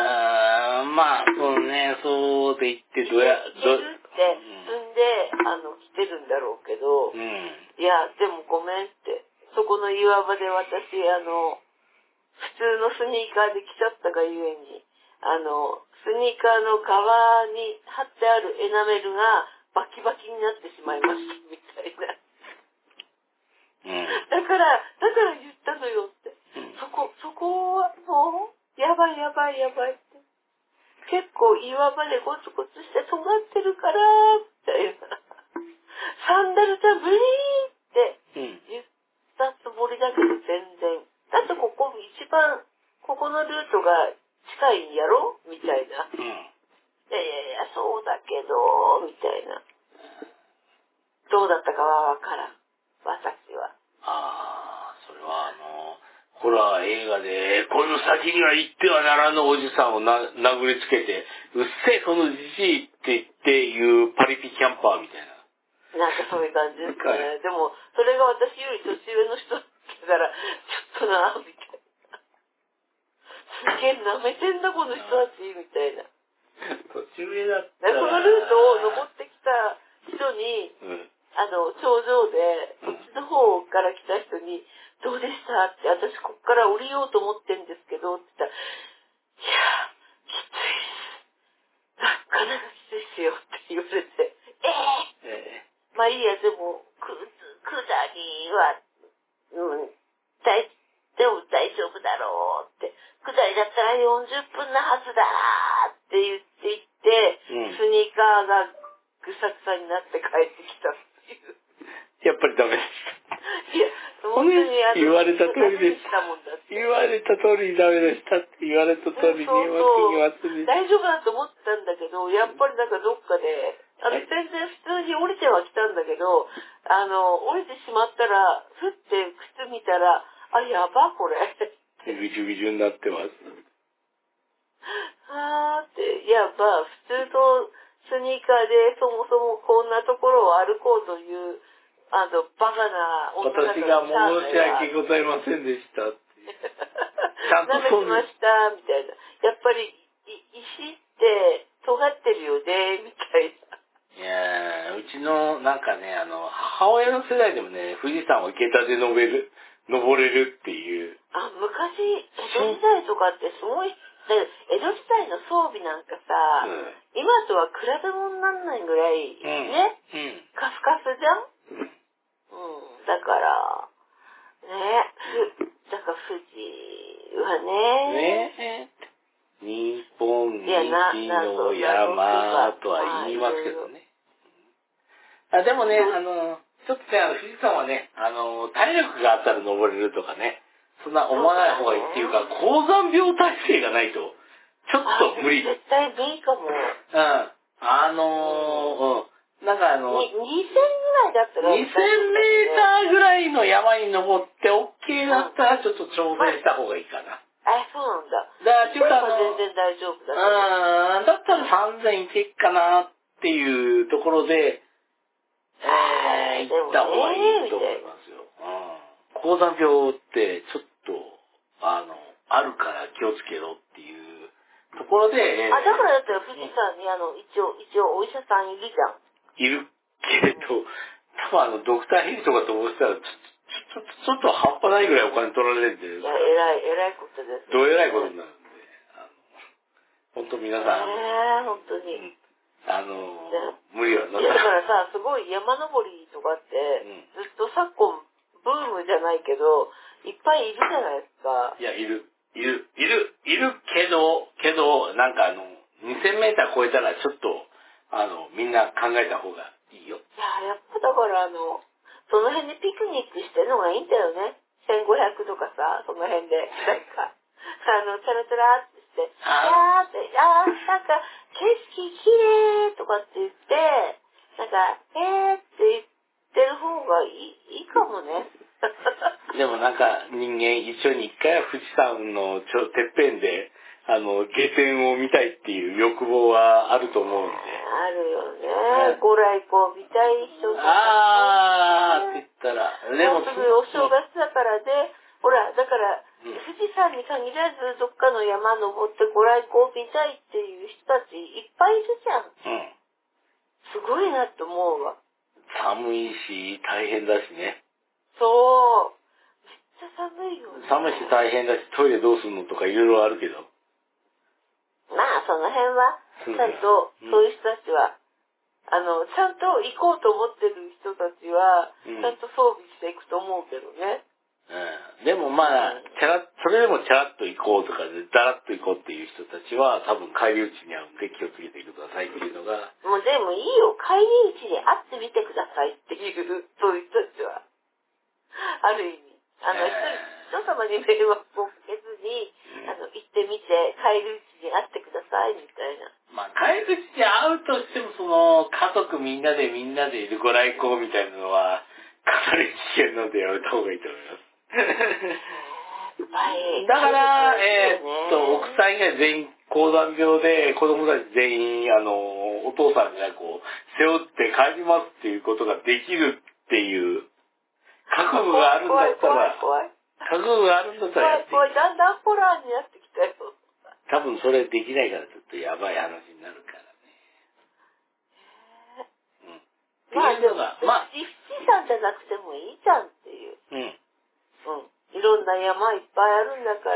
そうで言って着てるって踏んで、着てるんだろうけど、いや、でもごめんって、そこの岩場で私、普通のスニーカーで来ちゃったがゆえに、スニーカーの側に貼ってあるエナメルがバキバキになってしまいましたみたいな。だから言ったのよって。そこはもう、やばいって。結構岩場でゴツゴツして尖ってるから、みたいな。サンダルじゃ無理って言ったつもりだけど全然。だってここのルートが近いんやろみたいな。いや、そうだけど、みたいな。どうだったかはわからん。私は。 それはホラー映画で、この先には行ってはならぬおじさんを殴りつけて、うっせえそのじじいって言っていうパリピキャンパーみたいな。 なんかそういう感じですかね。でも、それが私より年上の人だから、ちょっとな、みたいな。すげえ舐めてんだこの人たち、みたいな。 年上だったら。 そのルートを登ってきた人に、頂上で、こっちの方から来た人に、どうでしたって、私こっから降りようと思ってんですけど、って言ったら、いや、きついです。なかなかきついですよって言われて、まあいいや、でも、下りは、でも大丈夫だろうって、下りだったら40分なはずだって言っていって、スニーカーがぐさぐさになって帰ってきたっていう。 やっぱりダメです。 いや、本当に言われた通りです。言われた通りにダメでしたって言われた通りに言います。 大丈夫だと思ったんだけど、やっぱりなんかどっかで、 全然普通に降りてはきたんだけど、降りてしまったら、ふって靴見たら、あ、やば、これ。 ぐちゅぐちゅになってます。 って、いや、普通のスニーカーでそもそもこんなところを歩こうという、バカな女だ私が申し訳ございませんでしたって。ちゃんとそう舐めてました、みたいな。やっぱり、石って尖ってるよね、みたいな。 いやー、うちのなんかね、母親の世代でもね、富士山を池田で登れるっていう。 昔、江戸時代とかってすごい、江戸時代の装備なんかさ、今とは比べ物にならないぐらい、ね、カスカスじゃん。だから、ね、だから富士はね、 日本一の山とは言いますけどね。でもね、ちょっとね、富士山はね、体力があったら登れるとかね、そんな思わない方がいいっていうか、高山病耐性がないと、ちょっと無理。 絶対無理かも。 なんか 2000ぐらいだったら 2000メーターぐらいの山に登って OK だったらちょっと挑戦した方がいいかな。 そうなんだ。 だから全然大丈夫だ。 だったら3000いけっかなっていうところで、行った方がいいと思いますよ。高山病ってちょっと、あるから気をつけろっていうところで、 だからだったら富士山に一応お医者さんいるじゃん。 いるけれど、多分ドクターヘリとかと思ったら、ちょっと半端ないぐらいお金取られるんで。 いや、偉いことです。 どえらいことになるんで。本当皆さん。 本当に。 無理はなさい。 だからさ、すごい山登りとかって、ずっと昨今、ブームじゃないけど、いっぱいいるじゃないですか。 いや、いるけど、なんか2000メーター超えたらちょっと、みんな考えた方がいいよ。 いや、やっぱだからその辺でピクニックしてるのがいいんだよね。1500とかさ、その辺で。なんか、チャラチャラってして、なんか、景色きれいとかって言って、なんか、って言ってる方がいいかもね。 でもなんか人間一生に一回は富士山のてっぺんで下天を見たいっていう欲望はあると思うんで。 あるよね。ご来光見たい人とか。って言ったら。 でもすぐお正月だからで、ほら、だから、富士山に限らずどっかの山登ってご来光見たいっていう人たちいっぱいいるじゃん。すごいなって思うわ。 寒いし、大変だしね。 そう。めっちゃ寒いよね。 寒いし大変だし、トイレどうするのとかいろいろあるけど。 その辺は、ちゃんと、そういう人たちは、ちゃんと行こうと思ってる人たちは、ちゃんと装備していくと思うけどね。 でもそれでもチャラッと行こうとかで、ダラッと行こうっていう人たちは、多分帰り討ちに会うんで気をつけてくださいっていうのが。 でもいいよ、帰り討ちに会ってみてくださいっていう、そういう人たちは。ある意味。人様に迷惑をかけずに、行ってみて、帰り討ちに会ってくださいみたいな。 帰り討ちに会うとしても、家族みんなでいるご来光みたいなのは、かなり危険なのでやめた方がいいと思います。だから、奥さん以外全員高山病で、子供たち全員、お父さんが背負って帰りますっていうことができるっていう、覚悟があるんだったら、やっていい。 だんだんホラーになってきたよ。 多分それできないからちょっとやばい話になるからね。 でも、富士山じゃなくてもいいじゃんっていう。いろんな山いっぱいあるんだから。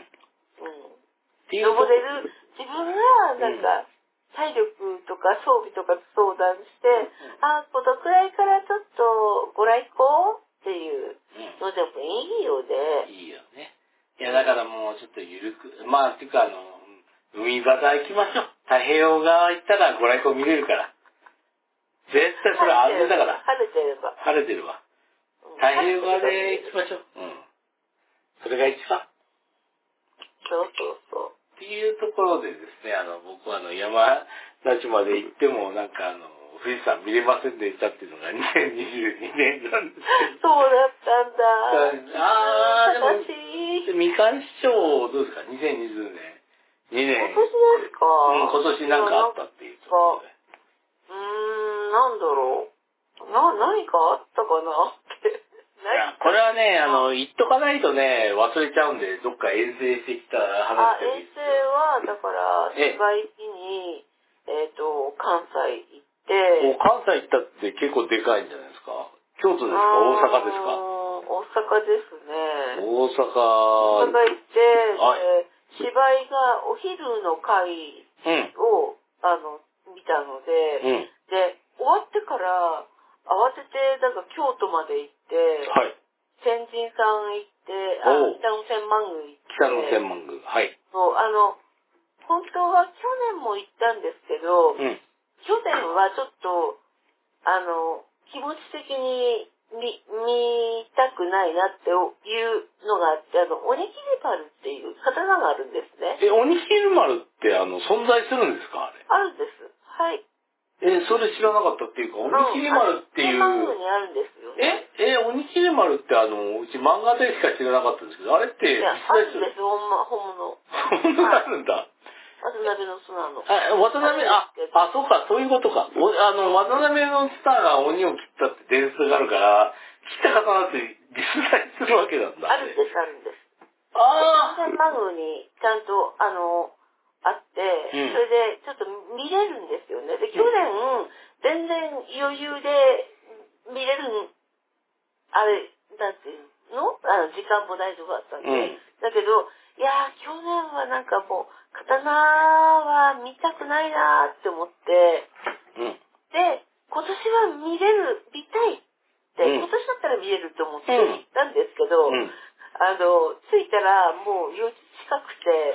登れる、自分がなんか、体力とか装備とかと相談して、このくらいからちょっとご来光っていうのでもいいよね。 いいよね。いや、だからもうちょっと緩く、っていうか海端行きましょう。太平洋側行ったらご来光見れるから。絶対それ安全だから。 晴れてれば。 晴れてるわ。太平洋側で行きましょう。それが一番。 そう。 っていうところでですね、僕は那覇まで行っても、なんか富士山見れませんでしたっていうのが2022年なんですけど。 そうだったんだ。 ああ、でも、 悲しい。 みかん師匠どうですか ?2020 年。2年。 今年ですか？ 今年なんかあったっていうことで。 なんだろう。何かあったかなって。 これはね、言っとかないとね、忘れちゃうんで、どっか遠征してきた話でもいい遠征は、だから、芝居日に、関西行って。 関西行ったって結構でかいんじゃないですか？京都ですか？大阪ですか？ 大阪ですね。 大阪行って、芝居がお昼の会を、見たので、で、終わってから、慌てて、だから京都まで行って、天神さん行って、北の千満宮行って。 北の千満宮、はい。 そう、本当は去年も行ったんですけど、去年はちょっと、気持ち的に見たくないなっていうのがあって、鬼切丸っていう刀があるんですね。 鬼切丸って存在するんですか？あれ。 あるんです。はい。 それ知らなかったっていうか、鬼切丸っていう。 千満宮にあるんですよね。 鬼切丸ってうち漫画でしか知らなかったんですけど、あれって実際する？あるんです、本物。 本物あるんだ。 渡辺の綱の。 渡辺、そうか、そういうことか。渡辺の綱が鬼を切ったって伝説があるから、切った刀って実在するわけなんだ。 あるんです、あるんです。千満宮にちゃんと、あって、それでちょっと見れるんですよね。で、去年、全然余裕で見れる、あれ、なんていうの？時間も大丈夫だったんで。だけど、いやー、去年はなんかもう、刀は見たくないなーって思って、で、今年は見たいって、今年だったら見れると思って行ったんですけど、着いたらもう4時近くて、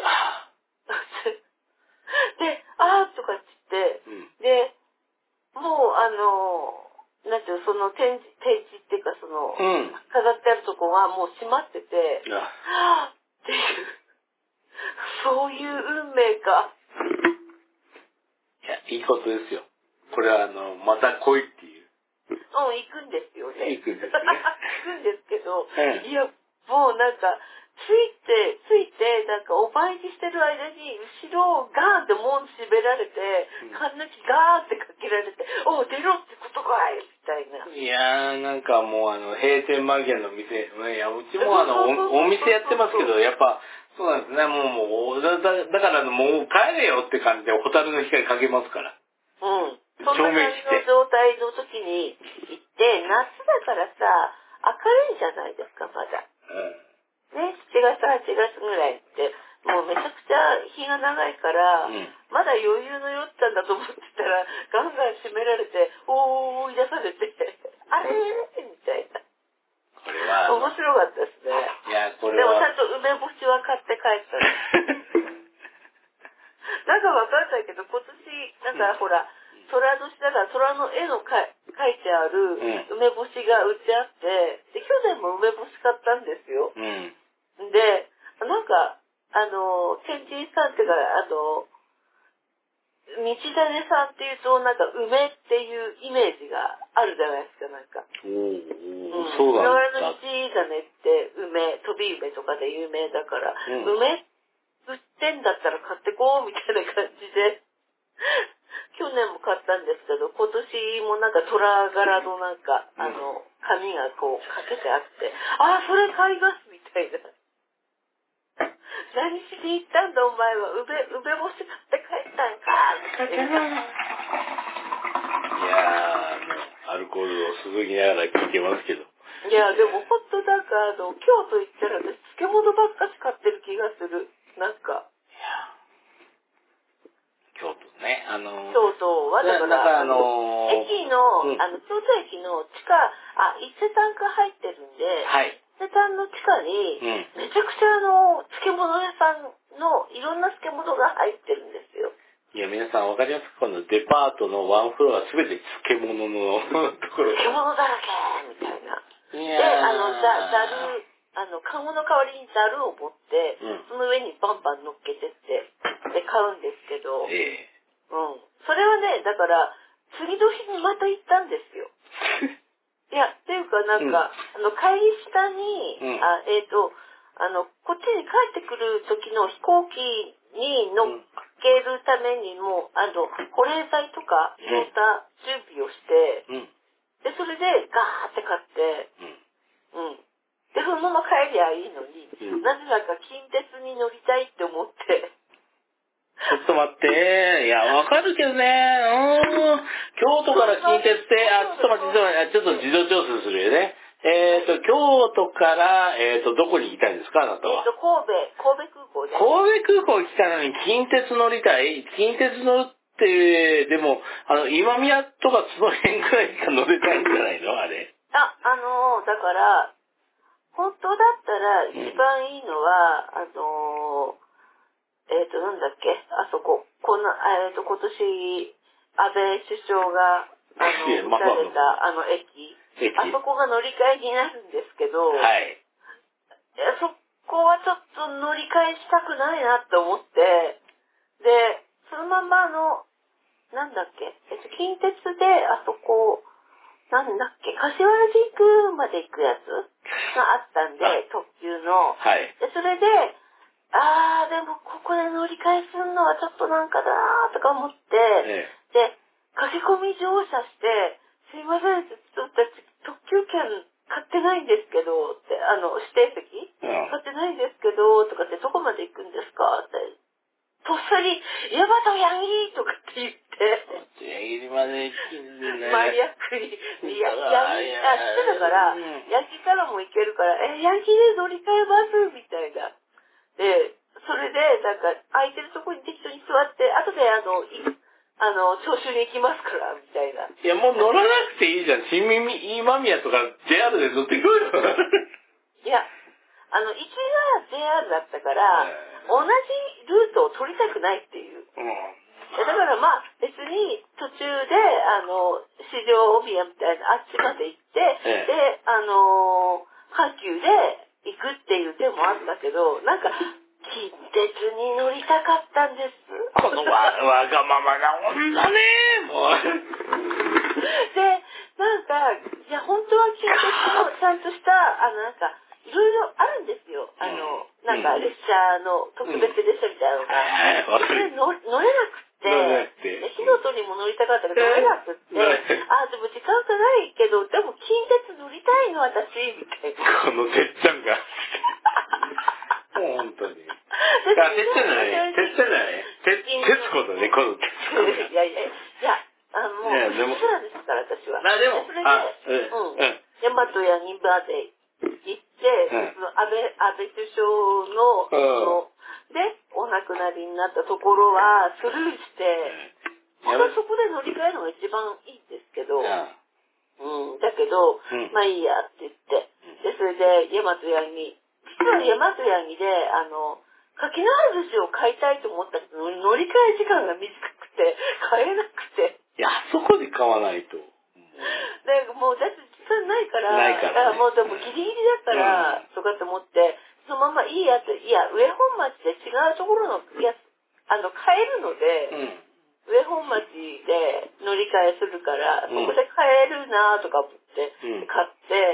で、とかって言って、で、もうなんていう、その展示っていうか、飾ってあるとこはもう閉まってて、っていう、そういう運命か。 いや、いいことですよ。これはまた来いっていう。 行くんですよね。 行くんですね。 行くんですけど、いや、もうなんか、ついて、なんかお参りしてる間に、後ろをガーンって門閉められて、かんぬきガーンってかけられて、出ろってことかいみたいな。 いやー、なんかもう閉店間際の店、いや、うちもお店やってますけど、やっぱ、そうなんですね、もう、だからもう帰れよって感じで、ホタルの光かけますから。 そんな感じの状態の時に行って、夏だからさ、明るいじゃないですか、まだ。ね、7月、8月ぐらいって、もうめちゃくちゃ日が長いから、まだ余裕の酔ったんだと思ってたら、ガンガン閉められて、追い出されて、あれみたいな。 これは面白かったですね。 いや、これは。 でもちゃんと梅干しは買って帰ったね。なんかわかんないけど、今年、なんかほら、虎年だから虎の絵の描いてある梅干しが売ってあって、で、去年も梅干し買ったんですよ。で、なんか、天神さんっていうか、道種さんっていうと、なんか梅っていうイメージがあるじゃないですか、なんか。 そうなんだ。 我々の道種って梅、飛び梅とかで有名だから、梅売ってんだったら買ってこうみたいな感じで、去年も買ったんですけど、今年もなんか虎柄のなんか、紙がこうかけてあって、それ買いますみたいな。何しに行ったんだお前は、梅干し買って帰ったんかみたいな。 いやー、アルコールを注ぎながら聞いてますけど。 いや、でも本当なんか京都行ったら私漬物ばっかし買ってる気がする。なんか。 京都ね。 京都はだから、駅の、京都駅の地下、伊勢丹が入ってるんで、伊勢丹の地下に、めちゃくちゃ漬物屋さんのいろんな漬物が入ってるんですよ。 いや、皆さんわかりますか？このデパートのワンフロアすべて漬物のところ。 漬物だらけみたいな。で、カゴの代わりにザルを持って、その上にバンバン乗っけてって、で買うんですけど、 それはね、だから、次の日にまた行ったんですよ。いや、っていうかなんか、帰り下に、こっちに帰ってくる時の飛行機に乗っけるためにも、保冷剤とか乗った準備をして、で、それでガーって買って、で、そのまま帰りゃいいのに、なぜだか近鉄に乗りたいって思って。 ちょっと待って。いや、わかるけどね。京都から近鉄って、ちょっと待って、ちょっと自動調整するよね。京都から、どこに行きたいんですか、あなたは。 神戸空港で。 神戸空港来たのに近鉄乗りたい？近鉄乗って、でも、今宮とかその辺くらいしか乗れないんじゃないのあれ。 だから、本当だったら一番いいのは、なんだっけ、あそこ、今年、安倍首相が、撃たれた、駅。あそこが乗り換えになるんですけど、 はい。 そこはちょっと乗り換えしたくないなって思って、で、そのままなんだっけ、近鉄であそこ、なんだっけ、柏宿まで行くやつがあったんで、特急の。 はい。 で、それで、でもここで乗り換えするのはちょっとなんかだなとか思って、で、駆け込み乗車して、すいません、ちょっと特急券買ってないんですけど、って、指定席、買ってないんですけど、とかって、どこまで行くんですかって、とっさに、ヤマトヤギとかって言って、 ヤギまで行くんだね。 マニアックに、ヤギ、してたから、ヤギからも行けるから、ヤギで乗り換えますみたいな。で、それで、なんか、空いてるとこに適当に座って、後で、聴衆に行きますから、みたいな。 いや、もう乗らなくていいじゃん。新今宮とか JR で乗ってくるよ。 いや、一が JR だったから、同じルートを取りたくないっていう。だからまあ、別に途中で、四条大宮みたいなあっちまで行って、で、阪急で行くっていう手もあったけど、なんか、近鉄に乗りたかったんです。 このわがままな女ね、もう。 で、なんか、いや、本当は近鉄のちゃんとした、なんか、いろいろあるんですよ。なんか列車の特別列車みたいなのが。それ乗れなくて、火の鳥も乗りたかったけど乗れなくって、でも時間がないけど、でも近鉄乗りたいの私、みたいな。 このてっちゃんが。もう本当に。てっちゃんだね。てっちゃんだね。徹子だね、この徹子。 いや、もう、実はですから、私は。 でも、 それで、大和や新場で行って、安倍首相の、で、お亡くなりになったところはスルーして、本当はそこで乗り換えるのが一番いいんですけど、だけど、まあいいやって言って、で、それで、大和やに、実は大和やにで、柿の葉寿司を買いたいと思ったけど、乗り換え時間が短くて、買えなくて。 いや、あそこで買わないと。 で、もう、だって時間ないから、 ね、 もうでもギリギリだから、とかって思って、そのままいいやつ、いや、上本町で違うところのやつ、買えるので、上本町で乗り換えするから、そこで買えるなとか思って、買って、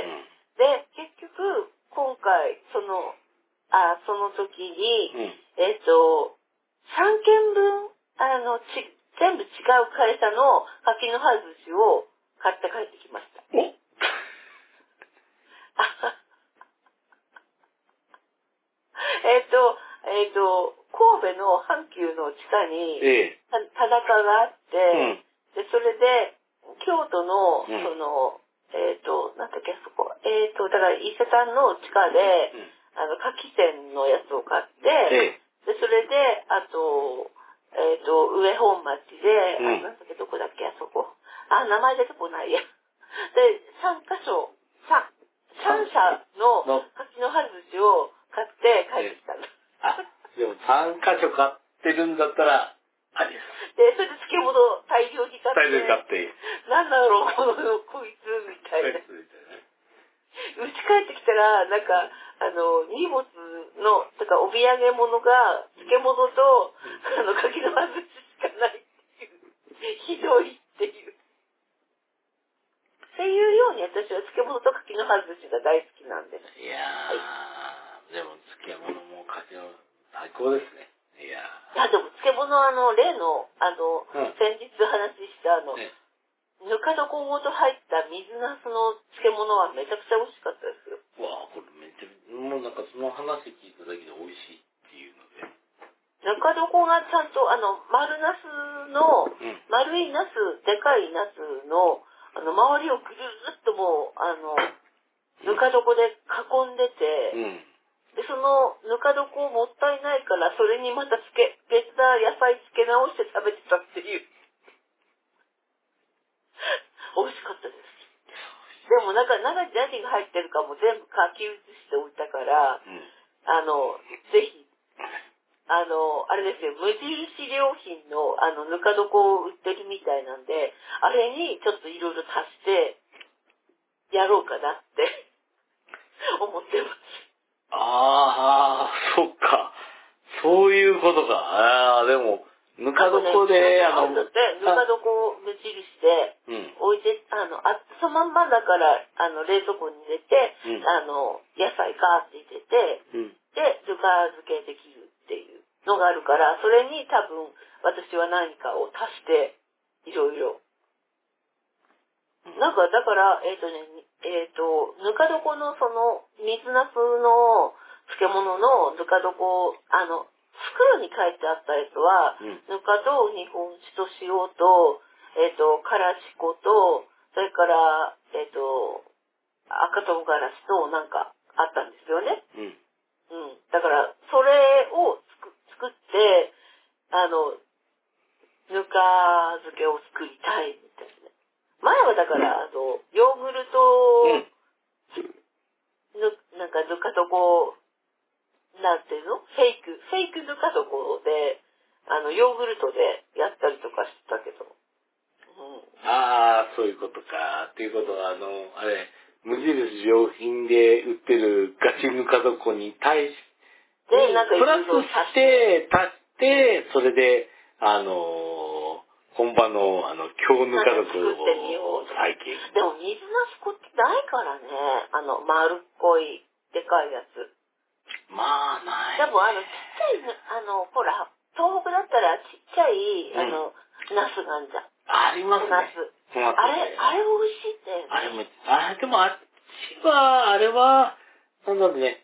で、結局、今回、その時に、3件分、全部違う会社の柿の葉寿司を買って帰ってきました。神戸の阪急の地下に、田中があって、で、それで、京都の、なんだっけ、そこ、だから伊勢丹の地下で、柿店のやつを買って、で、それで、あと、上本町で、なんだっけ、どこだっけ、あそこ。名前出てこないや。で、3社の柿の葉寿司を買って帰ってきたんだ。 でも3箇所買ってるんだったら、ありです。 で、それで漬物大量に買って。なんだろう、こいつ、みたいな。うち帰ってきたら、なんか、荷物の、とか、お土産物が、漬物と、柿の葉寿司しかないっていう。 ひどいっていう。っていうように私は漬物と柿の葉寿司が大好きなんです。 いやー、でも漬物も柿の最高ですね。いやでも漬物例の、先日話したね、 ぬか床ごと入った水なすの漬物はめちゃくちゃ美味しかったですよ。 わあ、これめっちゃ、もうなんかその話聞いただけで美味しいっていうので。 ぬか床がちゃんと丸ナスの、丸いナス、でかいナスの、周りをぐるっともう、ぬか床で囲んでて、で、そのぬか床もったいないから、それにまた別な野菜漬け直して食べてたっていう。美味しかったです。でも中に何が入ってるかも全部書き写しておいたから、ぜひ、あれですよ、無印良品のぬか床を売ってるみたいなんで、あれにちょっといろいろ足してやろうかなって思ってます。 ああ、そっか。そういうことか。ああ、でも、ぬか床で、 ぬか床を無印で置いて、そのまんまだから、冷蔵庫に入れて、野菜ガーって入れて、で、ぬか漬けできるっていうのがあるから、それに多分、私は何かを足して、いろいろ。なんか、だから、ぬか床のその、水なすの漬物のぬか床、袋に書いてあったやつは、ぬかと日本酒と塩と、からし粉と、それから、赤唐辛子となんかあったんですよね。だから、それを作って、ぬか漬けを作りたいみたいな。前はだから、ヨーグルト、なんかぬか床、なんていうのフェイクぬか床で、ヨーグルトでやったりとかしてたけど。 ああ、そういうことか。っていうことは、あれ、無印良品で売ってるガチぬか床に対して、 なんかプラスして、足して、それで、本場の、京ぬか床を再現。 でも、水なす粉ってないからね。丸っこい、でかいやつ。 まあ、ない。 でも、ちっちゃい、ほら、東北だったらちっちゃい、ナスがあるじゃん。 ありますね。 ナス。あれ美味しいって。 でもあっちは、あれは、なんだろうね、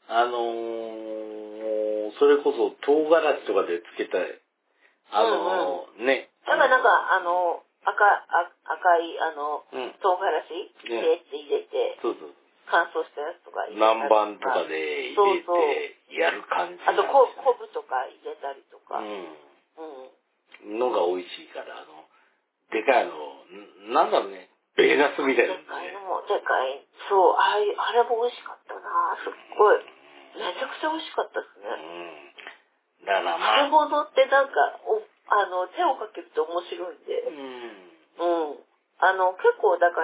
それこそ唐辛子とかでつけた、ね。 だからなんか、赤い、唐辛子、って入れて、乾燥したやつとか入れたりとか。 南蛮とかで入れて、やる感じ。 あと、昆布とか入れたりとか。 のが美味しいから、でかいなんだろうね、ベーナスみたいな。 でかいのも、でかい。そう、あれも美味しかったなすっごい。めちゃくちゃ美味しかったですね。 だから漬物ってなんか、手をかけると面白いんで。結構だから、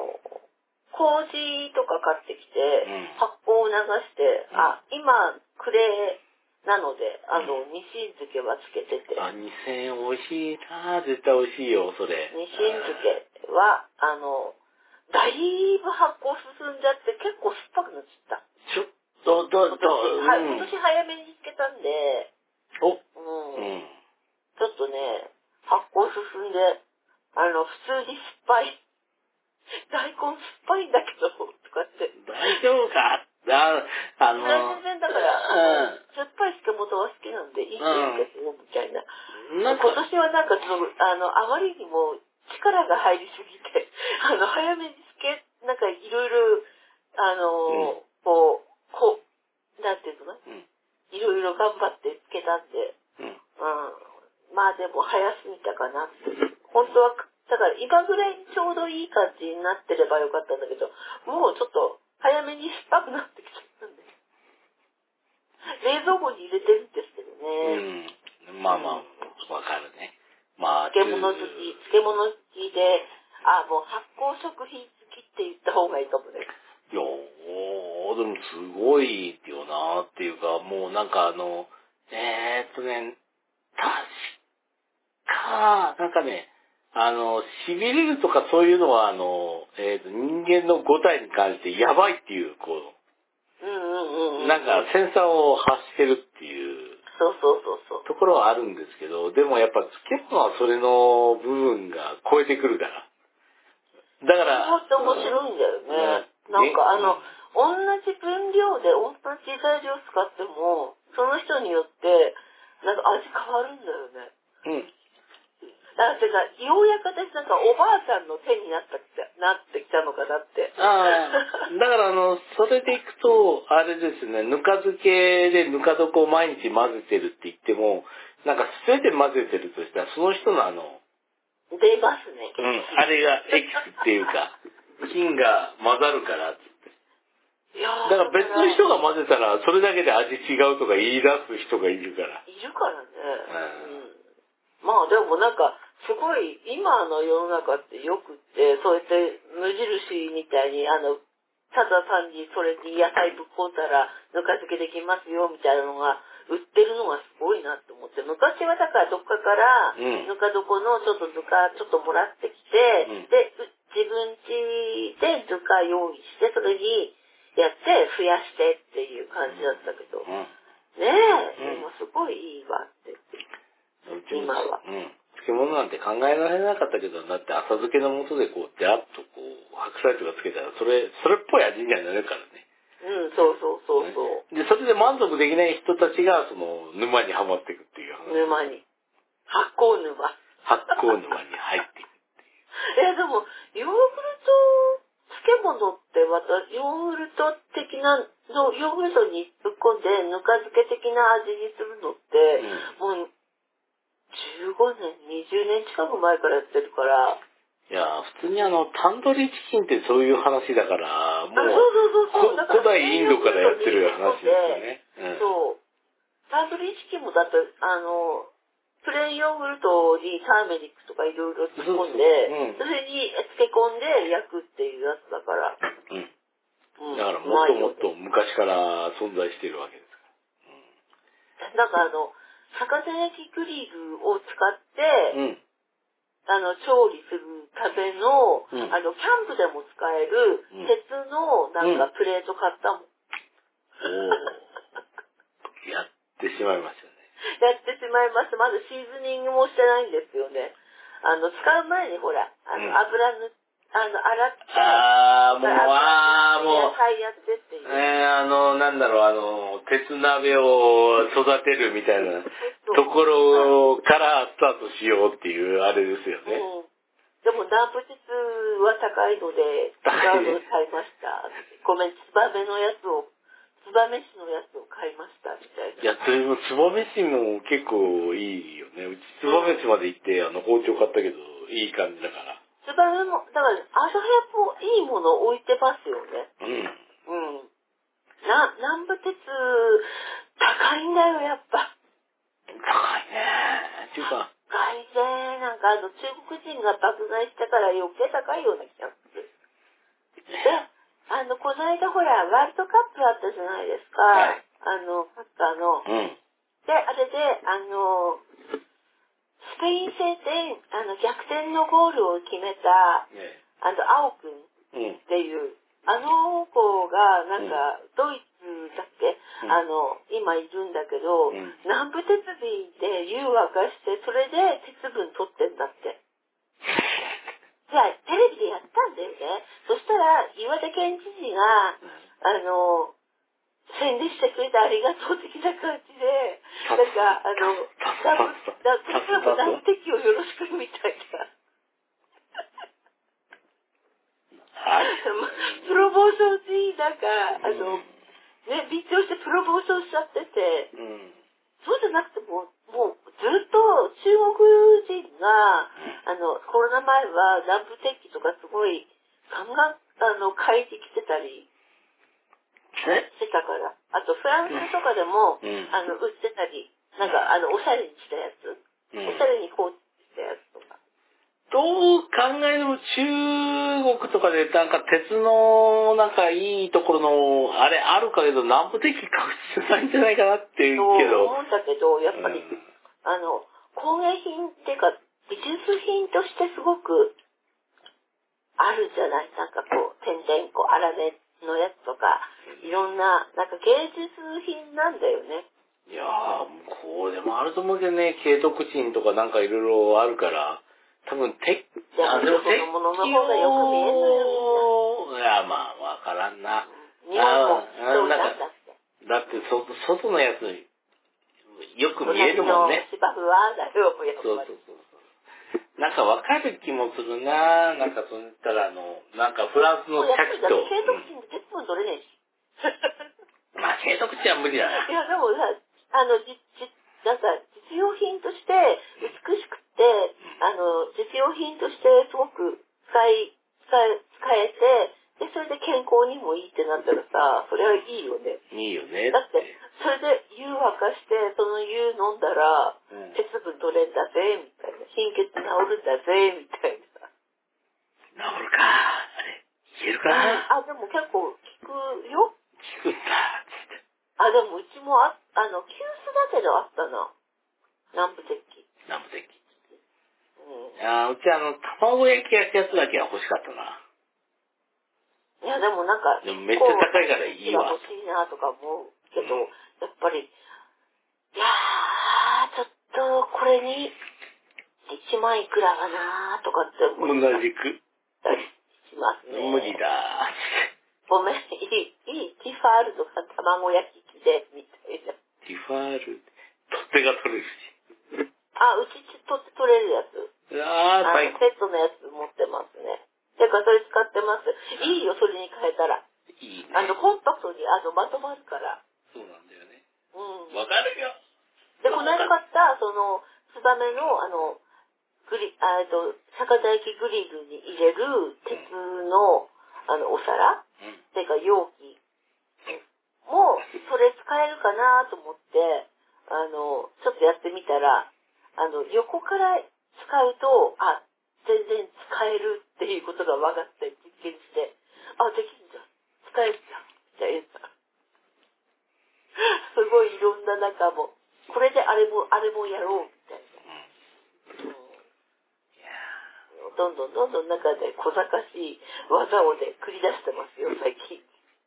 麹とか買ってきて、発酵を流して、今、クレーなので、ニシン漬けはつけてて。 ニシン美味しいな絶対美味しいよ、それ。 ニシン漬けは、だいぶ発酵進んじゃって結構酸っぱくなっちゃった。今年早めに漬けたんで、ちょっとね、発酵進んで、普通に酸っぱい。大根酸っぱいんだけど、とかって。 大丈夫か全然だから、酸っぱい漬物は好きなんでいいんですけど、みたいな。今年はなんかあまりにも力が入りすぎて、早めになんかいろいろ、なんていうのいろいろ頑張ってつけたんで、まあでも早すぎたかなって。本当は、だから今ぐらいにちょうどいい感じになってればよかったんだけど、もうちょっと早めに酸っぱくなってきちゃったんで。冷蔵庫に入れてるんですけどね。 まあまあ、わかるね。まあ、 漬物好きで、もう発酵食品好きって言った方がいいかもね。 いやでもすごいよなっていうか、もうなんか確か、なんかね、 痺れるとかそういうのは、人間の5体に関してやばいっていう、こう、なんかセンサーを発してるっていう、ところはあるんですけど、でもやっぱ漬物はそれの部分が超えてくるから。だから。 それって面白いんだよね。なんか同じ分量で同じ材料使っても、その人によって、なんか味変わるんだよね。 うん。 だってか、ようやく私なんかおばあちゃんの手になってきたのかなって。 だからそれでいくと、あれですね、ぬか漬けでぬか床を毎日混ぜてるって言っても、なんか全て混ぜてるとしたら、その人の出ますね。 あれがエキスっていうか、菌が混ざるからっつって。だから別の人が混ぜたら、それだけで味違うとか言い出す人がいるから。 いるからね。まあでもなんか、すごい、今の世の中ってよくって、そうやって無印みたいに、ただ単にそれに野菜ぶっこんだらぬか漬けできますよみたいなのが売ってるのがすごいなって思って、昔はだからどっかからぬか床のちょっとぬかちょっともらってきて、で、自分家でぬか用意して、それにやって増やしてっていう感じだったけど、ねえ、今すごいいいわって言って、今は。 漬物なんて考えられなかったけど、だって浅漬けの素でこう、ジャッとこう、白菜とかつけたら、それっぽい味にはなるからね。 そう。 で、それで満足できない人たちが、その、沼にはまっていくっていう話。 沼に。発酵沼。 発酵沼に入っていくっていう。 でも、ヨーグルト漬物ってヨーグルト的なの、ヨーグルトにぶっこんでぬか漬け的な味にするのって、もう、15年、20年近く前からやってるから。 いや、普通にタンドリーチキンってそういう話だから、もう、 そう古代インドからやってる話ですよね。 そう。タンドリーチキンもだって、プレーンヨーグルトにターメリックとかいろいろ突っ込んで、それに漬け込んで焼くっていうやつだから。 だからもっともっと昔から存在しているわけですから。なんか魚焼きグリルを使って、調理するための、キャンプでも使える鉄のなんかプレート買ったもん。 やってしまいましたね。 やってしまいました。まだシーズニングもしてないんですよね。使う前にほら、油塗って、洗って、野菜やってっていう。 なんだろう、鉄鍋を育てるみたいなところからスタートしようっていうあれですよね。 でも南部鉄は高いので、違うの買いました。ごめん、ツバメ市のやつを買いましたみたいな。 いや、でもツバメ市も結構いいよね。うちツバメ市まで行って包丁買ったけど、いい感じだから。 ツバメも、だから、あそこもいいもの置いてますよね。南部鉄、高いんだよ、やっぱ。 高いね。っていうか。 高いね。なんか中国人が爆買いしたから余計高いような気がする。で、この間ほら、ワールドカップあったじゃないですか。はい、サッカーの。で、あれで、スペイン戦で、逆転のゴールを決めた、青くんっていう、子が、なんか、ドイツだっけ、今いるんだけど、南部鉄瓶で湯沸かして、それで鉄分取ってんだって。じゃあ、テレビでやったんだよね。そしたら、岩手県知事が、宣伝してくれてありがとう的な感じで、なんか、ダブ敵をよろしくみたいな。プロモーションになんか、微調してプロモーションしちゃってて、そうじゃなくてもうずっと中国人が、コロナ前は南部鉄器とかすごい、ガンガン、買いに来てたりしてたから。あと、フランスとかでも、売ってたり、なんか、おしゃれにしたやつ。おしゃれにこうしたやつとか。 どう考えても中国とかでなんか鉄のなんかいいところのあれあるかけど南部鉄器確実ないんじゃないかなっていうけど。 そう思うんだけど、やっぱり、工芸品っていうか美術品としてすごくあるじゃない。なんかこう、点々こう、粗めのやつとか、いろんな、なんか芸術品なんだよね。 いやー、こうでもあると思うけどね、慶徳鎮とかなんかいろいろあるから、多分でもそのものの方がよく見えるのよ、みんな。 いや、まあ、わからんな。 日本もそうなんだって。 だって外のやつ、よく見えるもんね。 芝生はだよ、やっぱり。 そう。なんかわかる気もするな。なんかそう言ったらなんかフランスの茶器と。 慶徳鎮って鉄分取れねえし。 まあ、慶徳鎮は無理だな。 いや、でもさ、なんか実用品として美しくて、実用品としてすごく使えて、で、それで健康にもいいってなったらさ、それはいいよね。 いいよね。 だって、それで湯沸かして、その湯飲んだら、鉄分取れんだぜ、みたいな。貧血治るんだぜ、みたいな。 治るか。あれ、いけるかな。 でも結構効くよ。 効くんだ。 でもうちも急須だけどあったな。南部鉄器。 うち卵焼き焼くやつだけは欲しかったな。 いや、でもなんか、 でもめっちゃ高いからいいわ。 欲しいなとか思うけど、やっぱり、いやー、ちょっとこれに1万いくらかなとかって思同じく。 たりしますね。 無理だ。 ごめん、いい、ティファールとか卵焼き器で、みたいな。 ティファール、取っ手が取れるし。 うち取れるやつ。 最高。 セットのやつ持ってますね。てか、それ使ってます。いいよ、それに変えたら。 いいね。 コンパクトに、まとまるから。 そうなんだよね。 うん。 わかるよ。 で、この間買った、ツバメの、酒田焼きグリルに入れる鉄の、お皿、てか容器も、それ使えるかなと思って、ちょっとやってみたら、横から使うと、全然使えるっていうことが分かって実験して、できるじゃん。使えるじゃん。みたいな。すごいいろんな中も、これであれもやろう、みたいな。どんどん中で小賢しい技をね、繰り出してますよ、最近。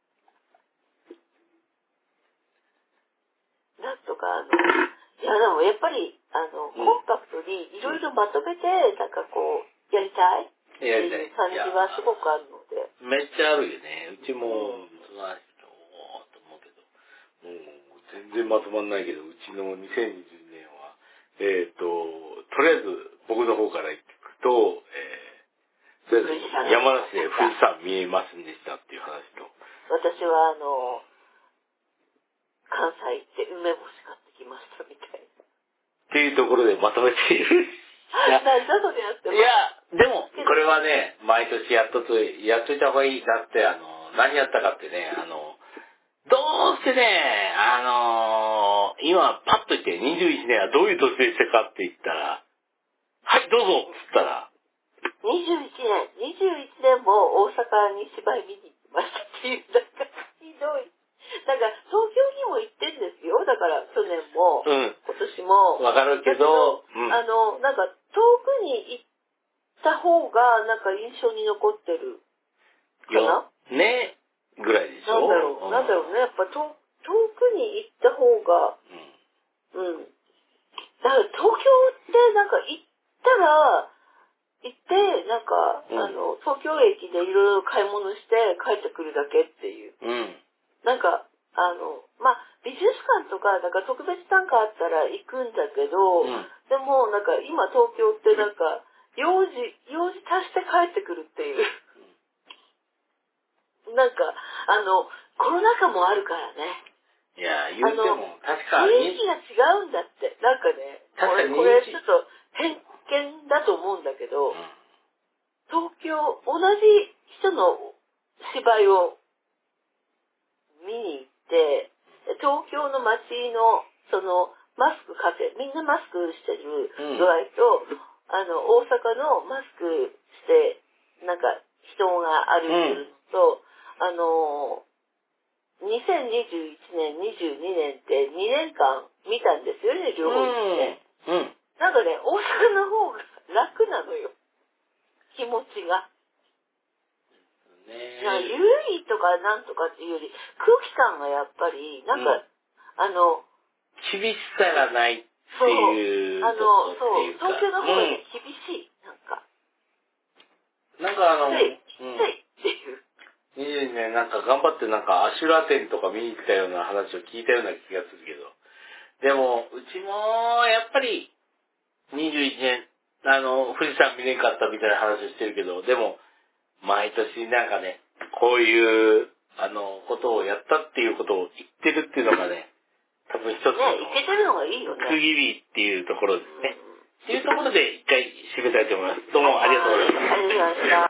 なんとか、いやでもやっぱり、コンパクトにいろいろまとめて、なんかこう、やりたいっていう感じはすごくあるので。 めっちゃあるよね。うちも、と思うけど、もう全然まとまんないけど、うちの2020年は、とりあえず僕の方から行くと、とりあえず山梨で富士山見えませんでしたっていう話と。 私は関西行って梅干し買ってきましたみたいな。 っていうところでまとめている。 なんだそれやってます。 いや、でも、これはね、毎年やっといた方がいい。だって、何やったかってね、どうしてね、今、パッと言って、21年はどういう年でしたかって言ったら、はい、どうぞっつったら、 21年も大阪に芝居見に行きましたっていう、なんかひどい。なんか東京にも行ってんですよ。だから去年も、今年も。 わかるけど、 なんか遠くに行った方がなんか印象に残ってるかな。 ね、ぐらいでしょ。 なんだろうね。やっぱ遠くに行った方が、だから東京ってなんか行ったら、行って、なんか、東京駅でいろいろ買い物して帰ってくるだけっていう。なんか、美術館とか、なんか特別単価あったら行くんだけど、でも、なんか今東京ってなんか、用事足して帰ってくるっていう。なんか、コロナ禍もあるからね。 いや、言っても、確かに。雰囲気が違うんだって。なんかね、これちょっと偏見だと思うんだけど、東京、同じ人の芝居を見に行って、東京の街の、マスクかけ、みんなマスクしてる具合と、大阪のマスクして、なんか人が歩いてるのと、2021年、22年って2年間見たんですよね、両方行って。なんかね、大阪の方が楽なのよ。気持ちが。 ね、 ゆるいとかなんとかっていうより、空気感がやっぱり、なんか、 厳しさがないっていうとこっていうか。 東京の方がね、厳しい。 なんかきついっていう。 22年なんか頑張ってなんかアシュラ店とか見に来たような話を聞いたような気がするけど。でも、うちもやっぱり21年、富士山見れんかったみたいな話をしてるけど、でも、毎年なんかね、こういう、ことをやったっていうことを言ってるっていうのがね、多分一つの、 ね、いけてるのがいいよね。 区切りっていうところですね。っていうところで一回締めたいと思います。どうもありがとうございました。 ありがとうございました。